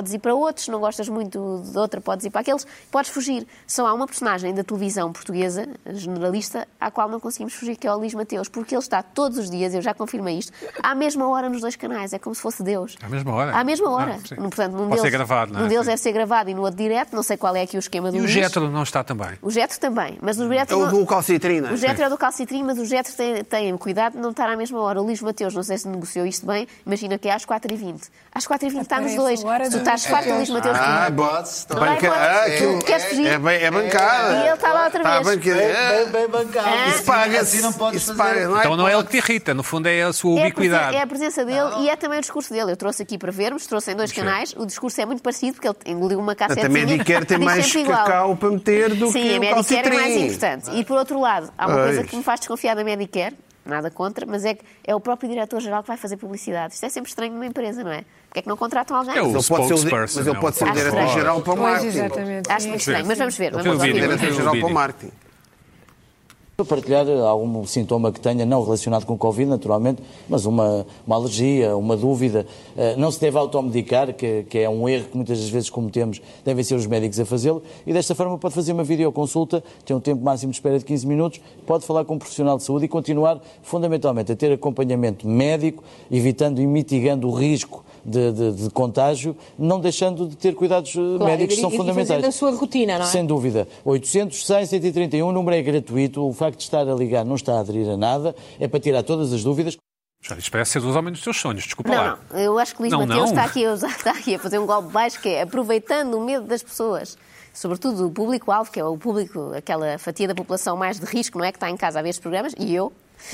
outros, se não gostas muito de outra, podes ir para aqueles, podes fugir. Só há uma personagem da televisão portuguesa, generalista, à qual não conseguimos fugir, que é o Luís Mateus, porque ele está todos os dias, eu já confirmei isto, à mesma hora nos dois canais, é como se fosse Deus.
À mesma hora?
À mesma hora.
Ah,
Portanto, num
Pode
deles,
ser gravado, não é?
num deles
Sim.
deve ser gravado e no outro direto, não sei qual é aqui o esquema do
E o
Luís.
Gétero não está também?
O Gétero também, mas o
É
Gétero...
o
não-
do calcitrina.
O Gétero é do calcitrim, mas o Gétero tem, tem cuidado de não estar à mesma hora. O Luís Mateus, não sei se negociou isto bem, imagina que é às quatro e vinte. Às quatro e vinte está nos
Parece
dois.
a hora
Se tu
do
estás farto, o Luís Mateus...
Ah,
não
bom.
Hipótese,
Não vai
Banca...
embora.
Ah, aquilo...
Tu queres fugir?
É, bem, é bancada.
E ele está lá outra
Está
vez.
bem, que...
Bem,
é.
bem, bem bancado.
É.
Isso paga-se.
Assim não podes
Isso
fazer.
paga, não é?
Então não é ele que te irrita, no fundo é a sua
É a,
ubiquidade.
presença, é a presença dele e é também o discurso dele. Eu trouxe aqui para vermos, trouxe em dois canais. O discurso é muito parecido, porque ele engoliu uma cassetinha.
A Medicare tem
diz
mais
sempre igual.
cacau para meter do
Sim,
que
a
o
Medicare é mais
calcitrim.
importante. E por outro lado, há uma
Pois.
coisa que me faz desconfiar da Medicare, nada contra, mas é que é o próprio diretor-geral que vai fazer publicidade. Isto é sempre estranho numa empresa, não é? Porque é que não contratam alguém?
É o
Mas ele pode ser o, di-
spokesperson,
mas ele
não.
pode ser o
Acho
diretor-geral para o
Pois,
marketing.
exatamente.
Acho muito estranho, mas vamos ver.
Ele
Vamos
tem o
ouvir.
vídeo, ele tem o
Diretor-geral para o
vídeo.
marketing.
Para partilhar algum sintoma que tenha, não relacionado com Covid, naturalmente, mas uma, uma alergia, uma dúvida. Uh, não se deve automedicar, que, que é um erro que muitas das vezes cometemos, devem ser os médicos a fazê-lo, e desta forma pode fazer uma videoconsulta, tem um tempo máximo de espera de quinze minutos, pode falar com um profissional de saúde e continuar, fundamentalmente, a ter acompanhamento médico, evitando e mitigando o risco de, de, de contágio, não deixando de ter cuidados uh,
Claro,
médicos que são
e- e
fundamentais.
fazendo a sua rotina, não é?
Sem dúvida. oitocentos, cem, cento e trinta e um, o número é gratuito. O facto de estar a ligar não está a aderir a nada. É para tirar todas as dúvidas.
Já, isto parece ser dos homens dos seus sonhos, desculpa
Não,
lá.
não. Eu acho que Luís
Não,
Mateus
não.
está aqui, a usar, está aqui a fazer um golpe baixo, que é aproveitando o medo das pessoas, sobretudo o público-alvo, que é o público, aquela fatia da população mais de risco, não é? Que está em casa a ver estes programas, e eu.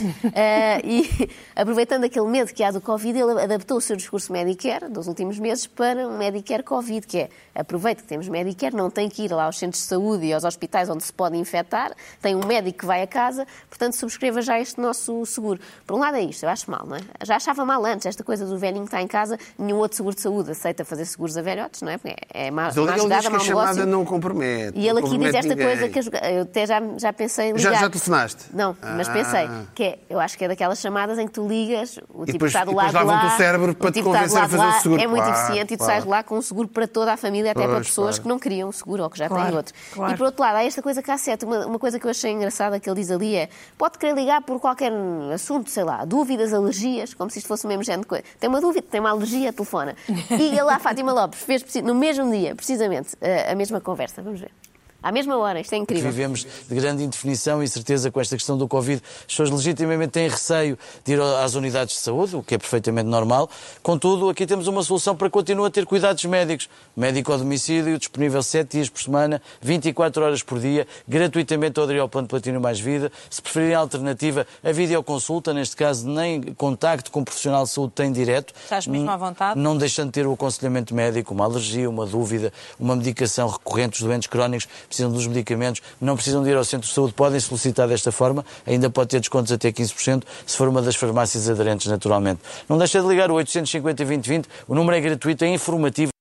Uh, e aproveitando aquele medo que há do Covid, ele adaptou o seu discurso Medicare dos últimos meses para um Medicare Covid, que é aproveita que temos Medicare, não tem que ir lá aos centros de saúde e aos hospitais onde se pode infectar, tem um médico que vai a casa, portanto subscreva já este nosso seguro. Por um lado é isto, eu acho mal, não é? Já achava mal antes esta coisa do velhinho que está em casa, nenhum outro seguro de saúde aceita fazer seguros a velhotes, não é? Porque é má,
Mas ele,
má
ele
jogada,
diz que
mau
a chamada
negócio.
não compromete.
E ele
não
aqui diz
compromete
esta
ninguém.
coisa que eu, eu até já, já pensei em
Já,
ligar.
já telefonaste?
Não, mas
Ah.
pensei que é, eu acho que é daquelas chamadas em que tu ligas, o tipo
depois-
está do
e
lado
depois
de
lavam-te
lá,
o cérebro para
o
te
tipo está do
convencer a
lado de
fazer
lá,
o seguro.
é muito
Claro,
eficiente e tu
claro.
sais de lá com um seguro para toda a família, até
Pois,
para pessoas
claro.
que não queriam um seguro ou que já
Claro,
têm outro.
claro.
E por outro lado, há esta coisa que há sete, uma, uma coisa que eu achei engraçada que ele diz ali é, pode querer ligar por qualquer assunto, sei lá, dúvidas, alergias, como se isto fosse o mesmo género de coisa. Tem uma dúvida, tem uma alergia, telefona. E ele lá, Fátima Lopes, fez no mesmo dia, precisamente, a, a mesma conversa. Vamos ver. À mesma hora, isto é incrível.
Vivemos de grande indefinição e incerteza com esta questão do Covid. As pessoas legitimamente têm receio de ir às unidades de saúde, o que é perfeitamente normal. Contudo, aqui temos uma solução para continuar a ter cuidados médicos. Médico ao domicílio, disponível sete dias por semana, vinte e quatro horas por dia, gratuitamente ao aderir ao Plano Platino Mais Vida. Se preferirem a alternativa, a videoconsulta, neste caso, nem contacto com um profissional de saúde tem direto.
Estás mesmo à vontade?
Não deixando de ter o aconselhamento médico, uma alergia, uma dúvida, uma medicação recorrente, os doentes crónicos precisam dos medicamentos, não precisam de ir ao centro de saúde, podem solicitar desta forma, ainda pode ter descontos até quinze por cento, se for uma das farmácias aderentes, naturalmente. Não deixa de ligar o oitocentos e cinquenta, vinte, vinte, o número é gratuito, é informativo.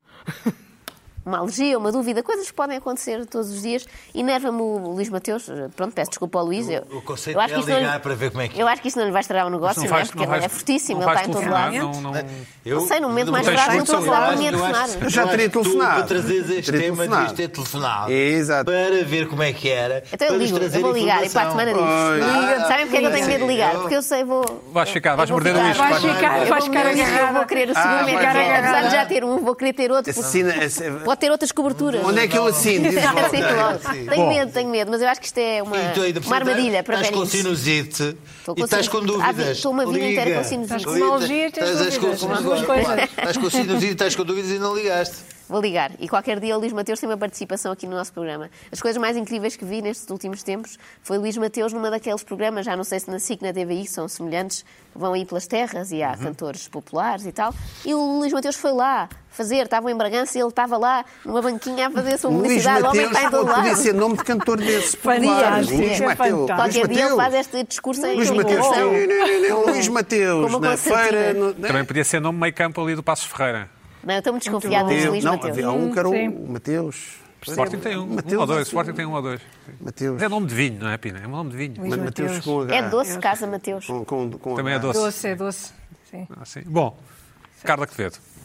Uma alergia, uma dúvida, coisas que podem acontecer todos os dias. Enerva-me o Luís Mateus. Pronto, peço desculpa ao Luís. Eu,
O conceito
eu acho que
é
isto não lhe-
ligar para ver como é que é.
Eu acho que isto não lhe vai estragar o negócio,
Não
não é?
vais-
Porque
não
ele é
vais-
fortíssimo,
não
ele
vais
está em todo
telefonar,
lado.
não- não-
Eu,
Não sei, no momento mais
tens
grave,
seguro
não
de
estou a falar,
saúde.
não ia
eu acho-
telefonar.
Eu já
eu
teria
acho que tu,
telefonado.
para trazeres este
Teria
tema,
telefonado.
devias ter telefonado.
Exato.
Para ver como é que era.
Então eu
para nos
ligo,
trazer
eu vou ligar e para a semana
informação.
digo.
Pois.
Liga. Sabem porque é que eu tenho medo de ligar?
Eu-
Porque eu sei, vou...
Vais ficar, vais
eu vou
morder o
ficar-
Luís.
Vais
vais-
ficar,
Eu
vais
vou,
ficar
eu
agarrada.
vou querer o seguro
Ah,
Medicare,
vai ficar
apesar de já
agarrada.
ter um, vou querer ter outro.
Assina,
Pode ter outras coberturas.
onde é que eu assino? Diz
Já
logo.
sei logo.
Sim.
Tenho medo, tenho medo, mas eu acho que isto é uma,
E tu ainda por
uma
cima
armadilha para
Estás com
velhinhos.
sinusite
Estou com
e estás com
sinusite. Ah,
dúvidas.
estou uma vida
Liga.
inteira com sinusite.
Estás com uma alergia e tens
Estás com-
dúvidas.
com-
As duas coisas.
Estás com sinusite, estás com dúvidas e não ligaste.
Vou ligar. E qualquer dia o Luís Mateus tem uma participação aqui no nosso programa. As coisas mais incríveis que vi nestes últimos tempos foi o Luís Mateus numa daqueles programas, já não sei se na S I C, na T V I, são semelhantes, vão aí pelas terras e há cantores populares e tal. E o Luís Mateus foi lá fazer, estavam em Bragança e ele estava lá numa banquinha a fazer a sua
Luís
publicidade. O homem
Mateus
está em todo
podia
lado.
ser nome de cantor desse.
Fantástico,
Luís
é
Mateus.
fantástico.
Qualquer dia ele
Mateus.
faz este discurso em
Luís Mateus.
comunicação.
Luís Mateus.
Como
Na
concertina.
feira. no-
Também podia ser nome meio campo ali do Passos Ferreira.
Não, eu estou muito desconfiado
Muito
deste
Mateus.
Luís
Não,
Mateus.
havia um que era
Sim.
o Mateus.
Sporting tem um, um
Mateus,
ou dois.
acho-
Sporting tem um ou dois.
Mateus.
Mas é nome de vinho, não é, Pina? É um nome de vinho.
Luís
Mateus
Mateus.
com H.
É doce, Casa Mateus.
Com, com, com
Também é
H.
doce.
Doce, é doce. Sim.
Ah, sim. Bom, Carla Quevedo.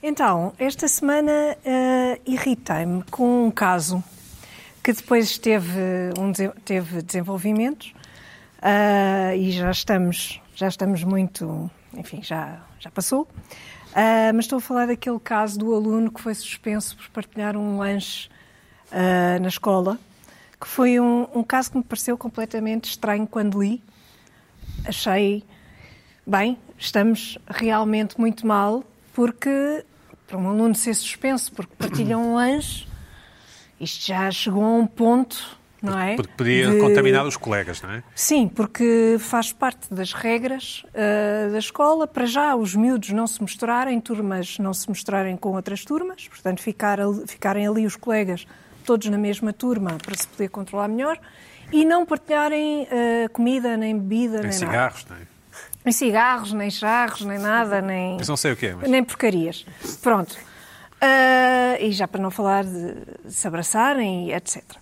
Então, esta semana uh, irritei-me com um caso que depois teve, um, teve desenvolvimentos uh, e já estamos, já estamos muito, enfim, já, já passou. Uh, mas estou a falar daquele caso do aluno que foi suspenso por partilhar um lanche uh, na escola, que foi um, um caso que me pareceu completamente estranho quando li. Achei, bem, estamos realmente muito mal, porque para um aluno ser suspenso porque partilha um lanche, isto já chegou a um ponto, não é?
Porque podia
de...
contaminar os colegas, não é?
Sim, porque faz parte das regras uh, da escola, para já os miúdos não se misturarem, turmas não se misturarem com outras turmas, portanto ficar, ficarem ali os colegas todos na mesma turma para se poder controlar melhor, e não partilharem uh, comida, nem bebida, nem,
nem cigarros,
nada.
Nem...
nem cigarros, nem charros, nem nada, nem...
Mas não sei o quê. Mas...
Nem porcarias. Pronto. Uh, e já para não falar de, de se abraçarem e etcétera.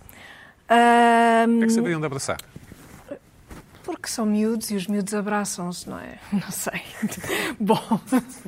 Uh,
é que saberiam de abraçar?
Porque são miúdos e os miúdos abraçam-se, não é? Não sei. Bom,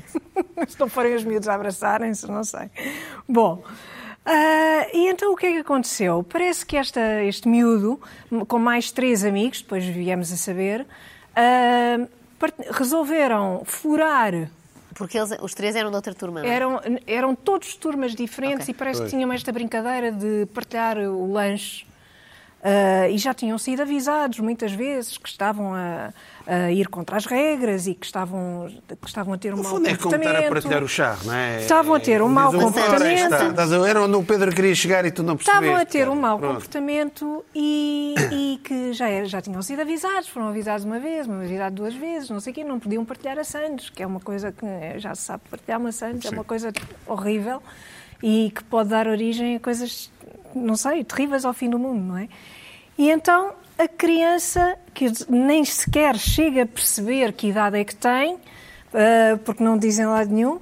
se não forem os miúdos a abraçarem-se, não sei. Bom... Uh, e então o que é que aconteceu? Parece que esta, este miúdo, com mais três amigos, depois viemos a saber, uh, part- resolveram furar.
Porque eles, os três eram de outra turma, não é?
Eram, eram todos turmas diferentes,
Okay.
e parece
Pois.
que tinham esta brincadeira de partilhar o lanche. Uh, e já tinham sido avisados muitas vezes que estavam a, a ir contra as regras e que estavam, que estavam a ter um
No
mau
fundo é como
comportamento.
estar a partilhar o charro, não é?
Estavam a ter um mau
Diz
comportamento.
Ora, está, estás a ver onde o Pedro queria chegar e tu não percebeste.
Estavam a ter um mau
Pronto.
comportamento e, e que já, era, já tinham sido avisados, foram avisados uma vez, uma avisados duas vezes, não sei o quê, não podiam partilhar a sandes, que é uma coisa que já se sabe, partilhar uma sandes é uma coisa horrível e que pode dar origem a coisas, não sei, terríveis ao fim do mundo, não é? E então a criança, que nem sequer chega a perceber que idade é que tem, uh, porque não dizem lado nenhum,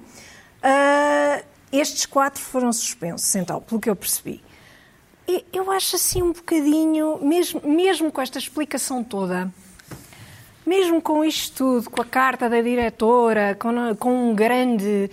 uh, estes quatro foram suspensos, então, pelo que eu percebi. E eu acho assim um bocadinho, mesmo, mesmo com esta explicação toda, mesmo com isto tudo, com a carta da diretora, com, com um grande,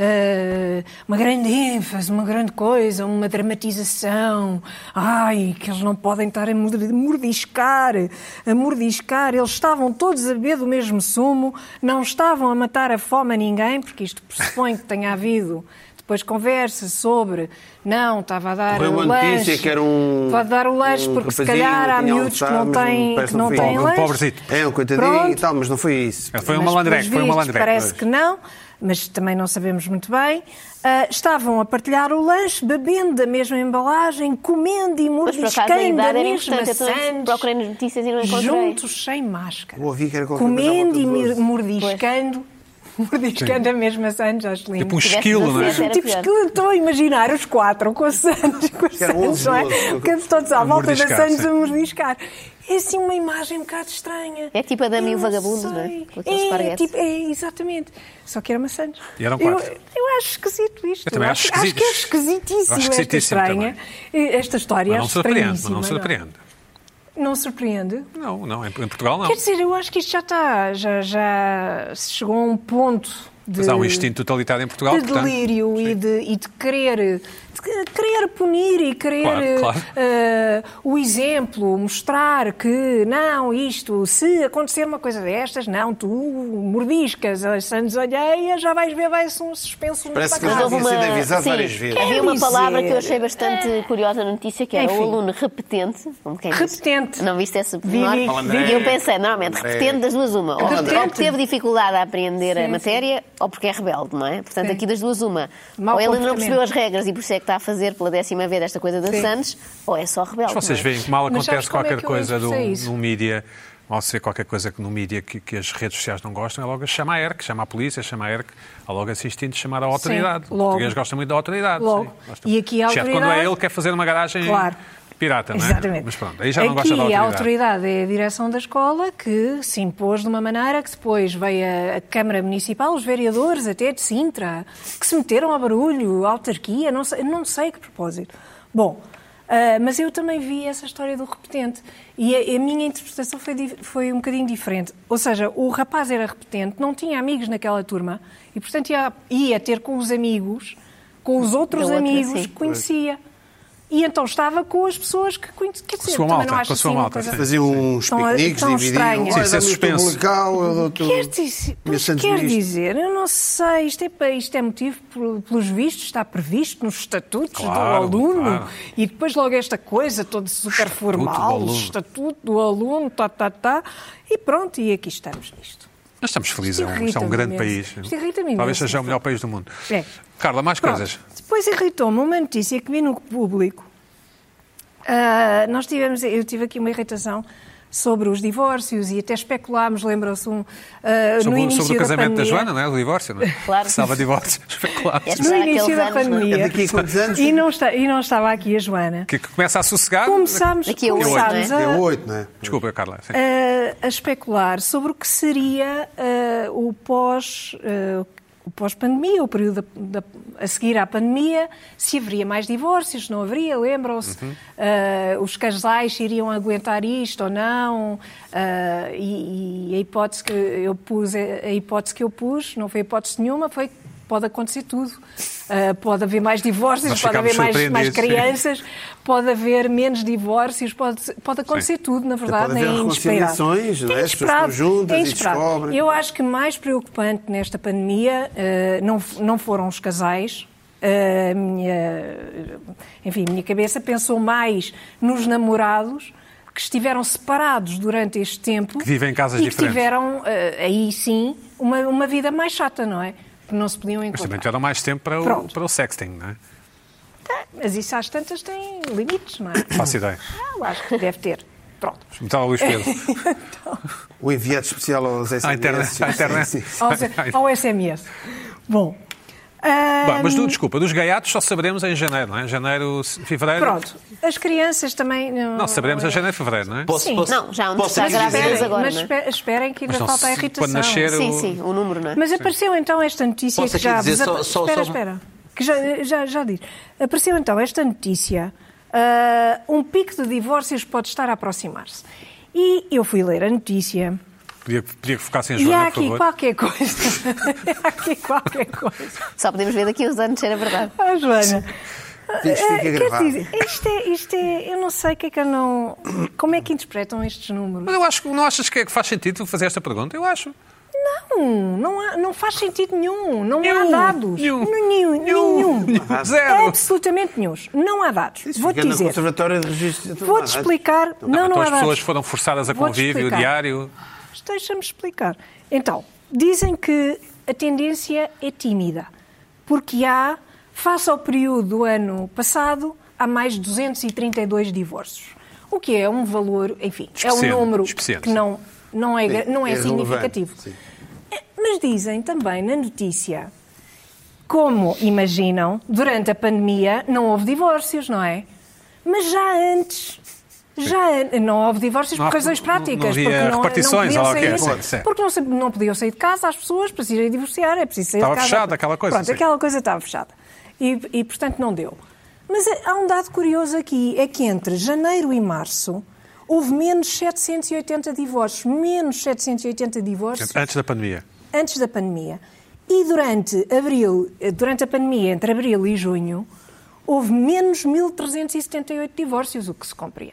uh, uma grande ênfase, uma grande coisa, uma dramatização, ai, que eles não podem estar a mordiscar, a mordiscar, eles estavam todos a beber do mesmo sumo, não estavam a matar a fome a ninguém, porque isto pressupõe que tenha havido depois conversa sobre, não, estava a dar
Correu
o
uma
lanche,
notícia que era um-
pode dar o lanche
um
porque se
rapazinho
calhar há
que tinha
miúdos que não
almoçado, mas
têm,
não- parece
que não
que
têm
não foi.
Um
lanche.
pobrecito.
É, um coitadinho
Pronto.
e tal, mas não foi isso.
Foi um
Mas,
malandreco,
pelos
foi um
vistos,
malandreco.
parece que não, mas também não sabemos muito bem. Ah, estavam a partilhar o lanche, bebendo da mesma embalagem, comendo e
Mas por acaso a
mordiscando
idade
da
era
mesma
importante. Eu também
sandes,
procurei nas notícias e não encontrei.
juntos, sem máscara.
Eu ouvi que era qualquer coisa à
Comendo
volta
e
de
mir-
doze.
mordiscando, mordiscando a mesma sandes, acho lindo.
Tipo um
tivesse
esquilo, não é?
dezessete, era
Tipo,
pior.
esquilo, estou a imaginar os quatro com a Sandes, com a
Que era
Sandes, não é?
onze,
Que todos à
A
volta da
mordiscar,
Sandes
sim.
a mordiscar. É assim uma imagem um bocado estranha.
É tipo a Dama e
Eu
o Vagabundo,
sei.
não é? Com aqueles
É,
esparguetes.
tipo, é, exatamente. Só que era uma Sandes.
E eram
eu,
quatro.
eu acho esquisito isto.
Eu também acho
acho, acho que é
esquisito.
esquisitíssimo
Acho
esta
esquisitíssimo
estranha. Esta história
Mas não
é
surpreende, mas
estranhíssima.
não surpreende.
Não surpreende?
Não, não, em Portugal não.
Quer dizer, eu acho que isto já está, já, já se chegou a um ponto de...
Mas há um instinto totalitário em Portugal,
de
portanto...
delírio e de, e de querer de querer punir e querer
Claro, claro.
eh, o exemplo, mostrar que não, isto, se acontecer uma coisa destas, não, tu mordiscas as sandes alheias, já vais ver, vai-se um suspenso
Parece
muito
que
bacana.
já tinha sido avisado
sim,
várias vezes.
havia uma
Quer
palavra que eu
dizer,
achei bastante curiosa na notícia, que era
Enfim.
o aluno repetente. Como quem diz.
Repetente.
Não viste esse
Vi,
pormenor?
vi,
Malandreco.
E eu pensei, normalmente,
Malandreco.
repetente das duas uma. Ou,
Repetente.
ou teve dificuldade a aprender
Sim,
a
sim.
matéria, ou porque é rebelde, não é? Portanto,
Sim.
aqui das duas uma.
Mau
Ou ele ainda não
comportamento.
percebeu as regras e por isso é que está a fazer pela décima vez esta coisa da
Sim.
Sandes, ou é só rebelde.
Mas vocês
não é?
veem que mal
Mas sabes
acontece
como é
qualquer
que eu
coisa do,
interpretei isso?
num mídia, mal se vê qualquer coisa que no mídia que, que as redes sociais não gostam, é logo chama a ERC, chama a polícia, chama a ERC, há logo esse instinto de chamar a autoridade.
Sim,
O
logo.
português gosta muito da autoridade.
Logo.
Sim, gosta
E
muito.
aqui a
Exceto quando é
autoridade-
ele que quer fazer uma garagem
Claro.
pirata, não é?
Exatamente.
Mas pronto, aí já não
Aqui,
gosta da autoridade.
a autoridade é a direção da escola que se impôs de uma maneira que depois veio a, a Câmara Municipal, os vereadores até de Sintra, que se meteram a barulho, a autarquia, não sei, não sei que propósito. Bom, Uh, mas eu também vi essa história do repetente. E a, a minha interpretação foi, foi um bocadinho diferente. Ou seja, o rapaz era repetente, não tinha amigos naquela turma e, portanto, ia, ia ter com os amigos, com os outros
outra,
amigos
sim.
que conhecia. E então estava com as pessoas que conhecia. Quer dizer,
sua
também
malta,
não acho
com a sua
assim uma
malta,
coisa-
sim.
Faziam uns
Tão-
piqueniques,
tão
dividiam.
estranho.
Olha,
Sim, esse
dá-me o teu
suspense.
bulical, eu dou-te o-
Quer dizer,
minha Santos
quer
Ministro.
dizer, eu não sei, isto é, pa- isto é motivo, por- pelos vistos, está previsto nos estatutos
Claro,
do aluno,
claro.
e depois logo esta coisa toda super
do
formal,
aluno.
o estatuto do aluno, tá, tá, tá, e pronto, e aqui estamos nisto.
Nós estamos felizes, é um,
Isto
isto é um grande
irrita-me
país.
imenso. Isto irrita-me
Talvez
imenso.
seja o melhor país do mundo.
É.
Carla, mais
Pronto.
coisas.
Depois irritou-me uma notícia que vi no público. Ah, nós tivemos, eu tive aqui uma irritação sobre os divórcios e até especulámos, lembram-se, um, ah, no
Sobre, o-
início
sobre o
da
casamento da
pandemia.
Joana, não é? O divórcio, não é?
Claro.
Estava divórcio. Especulado.
É.
No
Já
início
aqueles
da
anos, não é?
pandemia.
É daqui a quantos anos?
E não, está, e não estava aqui a Joana.
Que, que começa a sossegar.
Começámos,
Daqui a oito,
começámos
não
É
a,
oito, não é?
Desculpa, Carla. Sim.
a, a especular sobre o que seria ah, o pós... ah, o pós-pandemia, o período da, da, a seguir à pandemia, se haveria mais divórcios, se não haveria, lembram-se?
Uhum.
Uh, os casais iriam aguentar isto ou não? Uh, e, e a hipótese que eu pus, a hipótese que eu pus, não foi hipótese nenhuma, foi que pode acontecer tudo. Uh, pode haver mais divórcios,
Nós
pode
ficámos
haver mais, mais
surpreendidos,
crianças, pode haver menos divórcios, pode, pode acontecer
Sim.
tudo, na verdade,
Pode haver
é inesperado.
reconciliações, não é?
É
As pessoas
inesperado,
estão juntas
é
e
inesperado.
descobrem.
Eu acho que mais preocupante nesta pandemia uh, não, não foram os casais. A minha, enfim, a minha cabeça pensou mais nos namorados que estiveram separados durante este tempo.
Que vivem em casas
e
diferentes.
que tiveram, uh, aí sim, uma, uma vida mais chata, não é? Porque não se podiam
Mas também
encontrar.
tiveram mais tempo para o,
Pronto.
para o sexting, não é?
Mas isso às tantas tem limites, não é?
Faço ideia.
Ah, eu acho que deve ter. Pronto.
Muito ao Luís Pedro.
O enviado especial aos S M S.
À internet. À internet.
Sim, sim.
Ao, ao S M S. Bom. ah,
Bom, mas do, desculpa, dos gaiatos só saberemos em janeiro, não é? Janeiro, fevereiro.
Pronto. As crianças também... Não,
Não, saberemos em janeiro, fevereiro, não é?
Posso,
Sim.
posso,
Não, já onde
posso
está
aqui
grávidas
dizer-
Esperem,
agora,
mas
não é?
espe- esperem que ainda
Mas não
falta a
se-
irritação.
quando nascer,
Sim,
o-
sim, o número, não é?
Mas apareceu então esta notícia
Posso
que
aqui
já...
dizer
vos
só-
apa-
só-
espera,
só-
espera. Que já, já, já diz. Apareceu então esta notícia. ah, um pico de divórcios pode estar a aproximar-se. E eu fui ler a notícia...
Podia, podia que focassem a
E há
Joana, por
aqui
favor.
qualquer coisa. há aqui qualquer coisa.
Só podemos ver daqui a uns anos se era verdade.
Ah, Joana.
Isto fica
Ah, quer
gravado.
dizer, isto é, isto é. Eu não sei o que é que eu não. Como é que interpretam estes números?
Mas eu acho que não achas que, é que faz sentido fazer esta pergunta? Eu acho.
Não, não, há, não faz sentido nenhum. Não há
Nenhum,
dados.
nenhum,
Nenhum.
nenhum,
nenhum.
zero.
Absolutamente nenhum. Não há dados.
Isso
Vou-te
fica no
dizer.
Conservatório de Registro.
Vou-te explicar. Não, não,
então
há
as
dados.
pessoas foram forçadas a
Vou-te
convívio
explicar.
diário.
Deixa-me explicar. Então, dizem que a tendência é tímida, porque há, face ao período do ano passado, há mais de duzentos e trinta e dois divórcios. O que é um valor, enfim, é um
Especiente,
número
especiente.
que não, não é,
Sim,
não é,
é
significativo.
relevante, sim.
É, Mas dizem também na notícia, como imaginam, durante a pandemia não houve divórcios, não é? Mas já antes... Já não houve divórcios
Não
por
há-
razões
não-
práticas.
não havia
porque não,
repartições,
não
ou lá o que é,
podiam
sim,
sair,
sim.
porque não, se- não podiam sair de casa as pessoas para se irem divorciar, é preciso sair
Estava
de casa.
fechada aquela coisa,
Pronto,
sim.
aquela coisa estava fechada. E, e, portanto, não deu. Mas há um dado curioso aqui, é que entre janeiro e março houve menos setecentos e oitenta divórcios. Menos setecentos e oitenta divórcios
Antes da pandemia.
antes da pandemia. E durante abril, durante a pandemia, entre abril e junho, houve menos mil trezentos e setenta e oito divórcios, o que se compreende.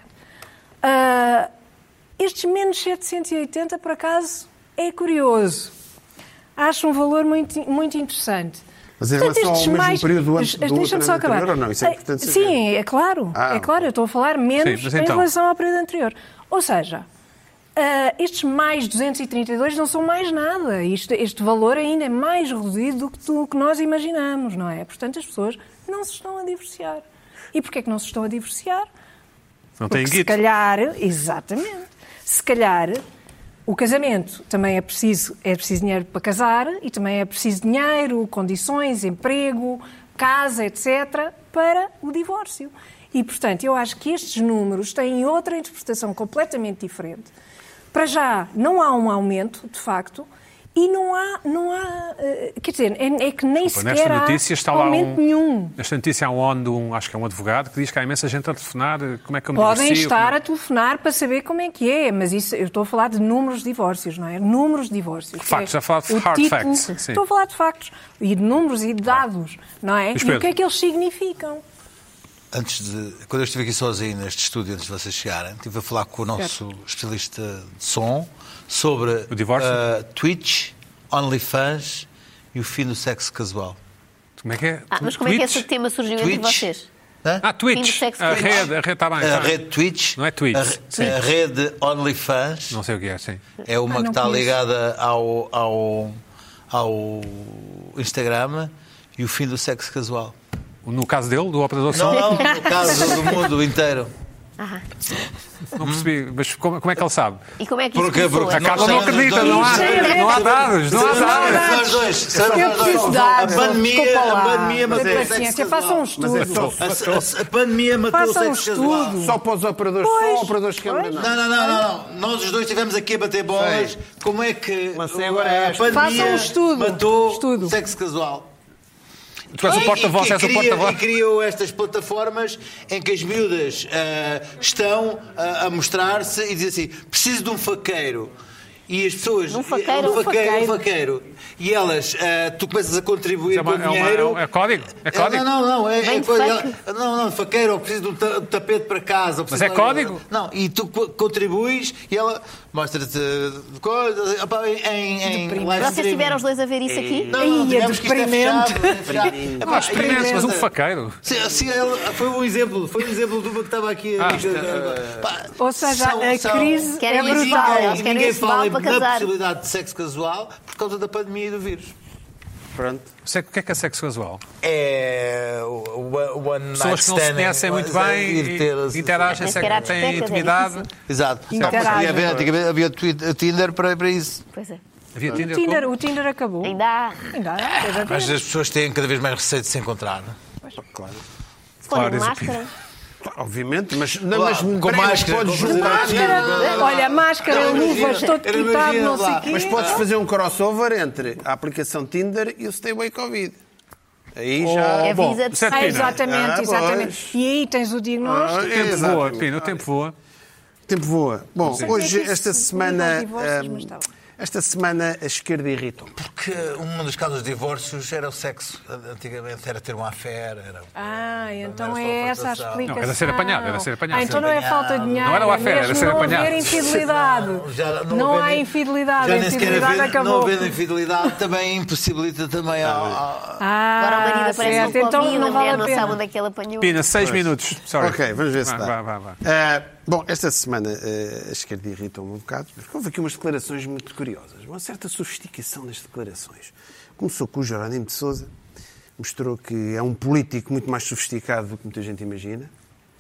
Ah, estes menos setecentos e oitenta, por acaso, é curioso. Acho um valor muito, muito interessante.
Mas em
Portanto,
relação ao
estes
mesmo período do ano- do
Deixa-me só
ano
acabar.
anterior ou não? Isso é
Ah,
importante saber.
Sim, é claro.
Ah,
é claro, eu estou a falar menos
Sim, mas
em
então?
relação ao período anterior. Ou seja, ah, estes mais duzentos e trinta e dois não são mais nada. Isto, este valor ainda é mais reduzido do que, do que nós imaginamos, não é? Portanto, as pessoas não se estão a divorciar. E porquê é que não se estão a divorciar?
Não tem
Porque se
guito.
calhar, exatamente, se calhar o casamento também é preciso, é preciso dinheiro para casar e também é preciso dinheiro, condições, emprego, casa, etcétera, para o divórcio. E, portanto, eu acho que estes números têm outra interpretação completamente diferente. Para já, não há um aumento, de facto, E não há, não há uh, quer dizer, é, é que nem
Desculpa,
sequer
nesta notícia
há
está lá
aumento
um,
nenhum.
Nesta notícia há um ONU, um, acho que é um advogado, que diz que há imensa gente a telefonar. Como é que eu me
Podem
divorcio?
estar
Como é-
a telefonar para saber como é que é, mas isso, eu estou a falar de números de divórcios, não é? Números de divórcios.
Factos,
É
a falar de
o
hard
título-
facts, sim.
Estou a falar de factos. E de números e de dados, não é?
Luís
E
Pedro.
o que é que eles significam?
Antes de, quando eu estive aqui sozinho neste estúdio, antes de vocês chegarem, estive a falar com o nosso especialista de som sobre
O divórcio?
uh, Twitch, OnlyFans e o fim do sexo casual.
Como é que é?
Ah, mas como é que
Twitch?
esse tema surgiu entre
Twitch.
vocês?
Hã?
Ah,
Fim do
Twitch.
sexo
A
Twitch.
rede, a rede está bem.
A
está bem.
rede Twitch,
Não é Twitch.
a,
Sim.
a rede OnlyFans
Não sei o que é, sim.
é uma
Ah,
que
não
está
conheço.
ligada ao, ao, ao Instagram e o fim do sexo casual.
No caso dele, do operador
Não,
som,
não, no caso do mundo inteiro.
não percebi. Mas como, como é que ele sabe?
E como é que isso
Porquê?
começou?
Porque
A Carla
Nós
não
sabemos
acredita,
os
não há,
dois.
não há dados, não há dados.
Nós dois, sabemos
Eu
nós
preciso
dois.
de dados.
A pandemia,
Desculpa lá.
a pandemia matou
Tem
o sexo
paciência,
casual.
façam um estudo.
Mas é só,
A, a- a pandemia matou
Façam
o
um
sexo casual.
estudo.
só para os operadores, só operadores que
Pois.
não.
Não, não, não, não, não. Nós os dois estivemos aqui a bater bolas.
Sei.
Como é que
Lancei agora
a
esta.
pandemia
Façam um estudo.
matou
Estudo.
o sexo casual?
Tu és o
E-
porta-voz,
e-
és o
e cria-
porta-voz.
E criou estas plataformas em que as miúdas ah, estão ah, a mostrar-se e dizem assim: preciso de um faqueiro. E as pessoas.
Um faqueiro?
Um faqueiro,
Um
um faqueiro. E elas, ah, tu começas a contribuir
É uma-
com
é uma-
dinheiro.
é um- é código? É código?
Não, não, não. É,
Vem
é
de
coisa-
fake.
não, não, faqueiro, ou preciso de um ta- tapete para casa. ou
Mas
preciso
é
de-
código?
Não, e tu co- contribuis e ela mostra-te coisas opá, em, em, em live
Vocês
streaming.
tiveram os dois a ver isso aqui?
Não, não,
Ia,
tivemos que isto é
deprimente.
fechado, é fechado.
Não,
Epá,
experimente,
e-
mas um faqueiro.
Sim, sim, ele- foi um exemplo, foi um exemplo de uma que estava aqui.
Ah,
Pá,
Ou seja,
são-
a
são-
crise
Querem
é
isso,
brutal.
eles
Ninguém,
querem
ninguém
esse
fala
vale para
na
casar.
possibilidade de sexo casual por causa da pandemia e do vírus.
Pronto.
Sei o que é que é sexo casual.
É o o one night
Pessoas que não se
standing,
conhecem muito
mas é
bem
ir ter-
e interagem,
Nem
sei
sequer há
que têm
discotecas, é
intimidade.
difícil.
Exato.
Interagem.
Havia, antigamente havia Twitter- Tinder para, para isso.
Pois é.
Havia
O
Tinder
Tinder,
como?
o Tinder acabou.
Ainda há.
Ainda há, teve a ver.
Mas as pessoas têm cada vez mais receio de se encontrar. Não?
Claro.
Se forem de
Claro,
máscara.
Obviamente, mas, não,
Claro,
mas
com
peraí, mas
máscara,
podes
com
juntar.
Máscara, olha, máscara,
Não,
luvas,
imagina,
todo
eu
quitado,
imagino
não sei
lá.
o quê.
Mas podes fazer um crossover entre a aplicação Tinder e o Stay Away Covid. Aí já.
É
bom,
visa de
certo,
Ah,
Pina.
exatamente,
Ah,
exatamente.
pois.
E aí tens o diagnóstico.
Ah,
O tempo
exato.
voa, Pina, o tempo voa.
O tempo voa. Bom,
Sim.
hoje,
Como é que
esta
isso
semana.
liga aos divórcios,
hum,
mas está bem.
esta semana a esquerda irritou-me.
Porque uma das causas de divórcios era o sexo. Antigamente era ter uma affair. Era...
Ah, então
Não era só
é essa a
frustração.
explicação.
Não, era ser apanhado, era ser apanhado.
Ah, então não é falta de dinheiro.
Não era o affair,
é
era
mesmo
ser
não
apanhado.
haver infidelidade.
Não, já
Não, há
havendo-
infidelidade,
Já
a
nem sequer
infidelidade
havendo, não
acabou.
havendo infidelidade também impossibilita também ao, ao-
Ah,
Agora o marido aparece
certo,
com
então
Covid,
não
a
vale
mulher
a
não
pena.
sabe onde é que ele apanhou.
Pina, seis minutos. Sorry.
Ok, vamos ver se
Vá,
dá.
vá, vá, vá.
Ah, bom, esta semana ah, a esquerda irritou-me um bocado, porque houve aqui umas declarações muito curiosas, uma certa sofisticação nas declarações. Começou com o Jerónimo de Sousa, mostrou que é um político muito mais sofisticado do que muita gente imagina.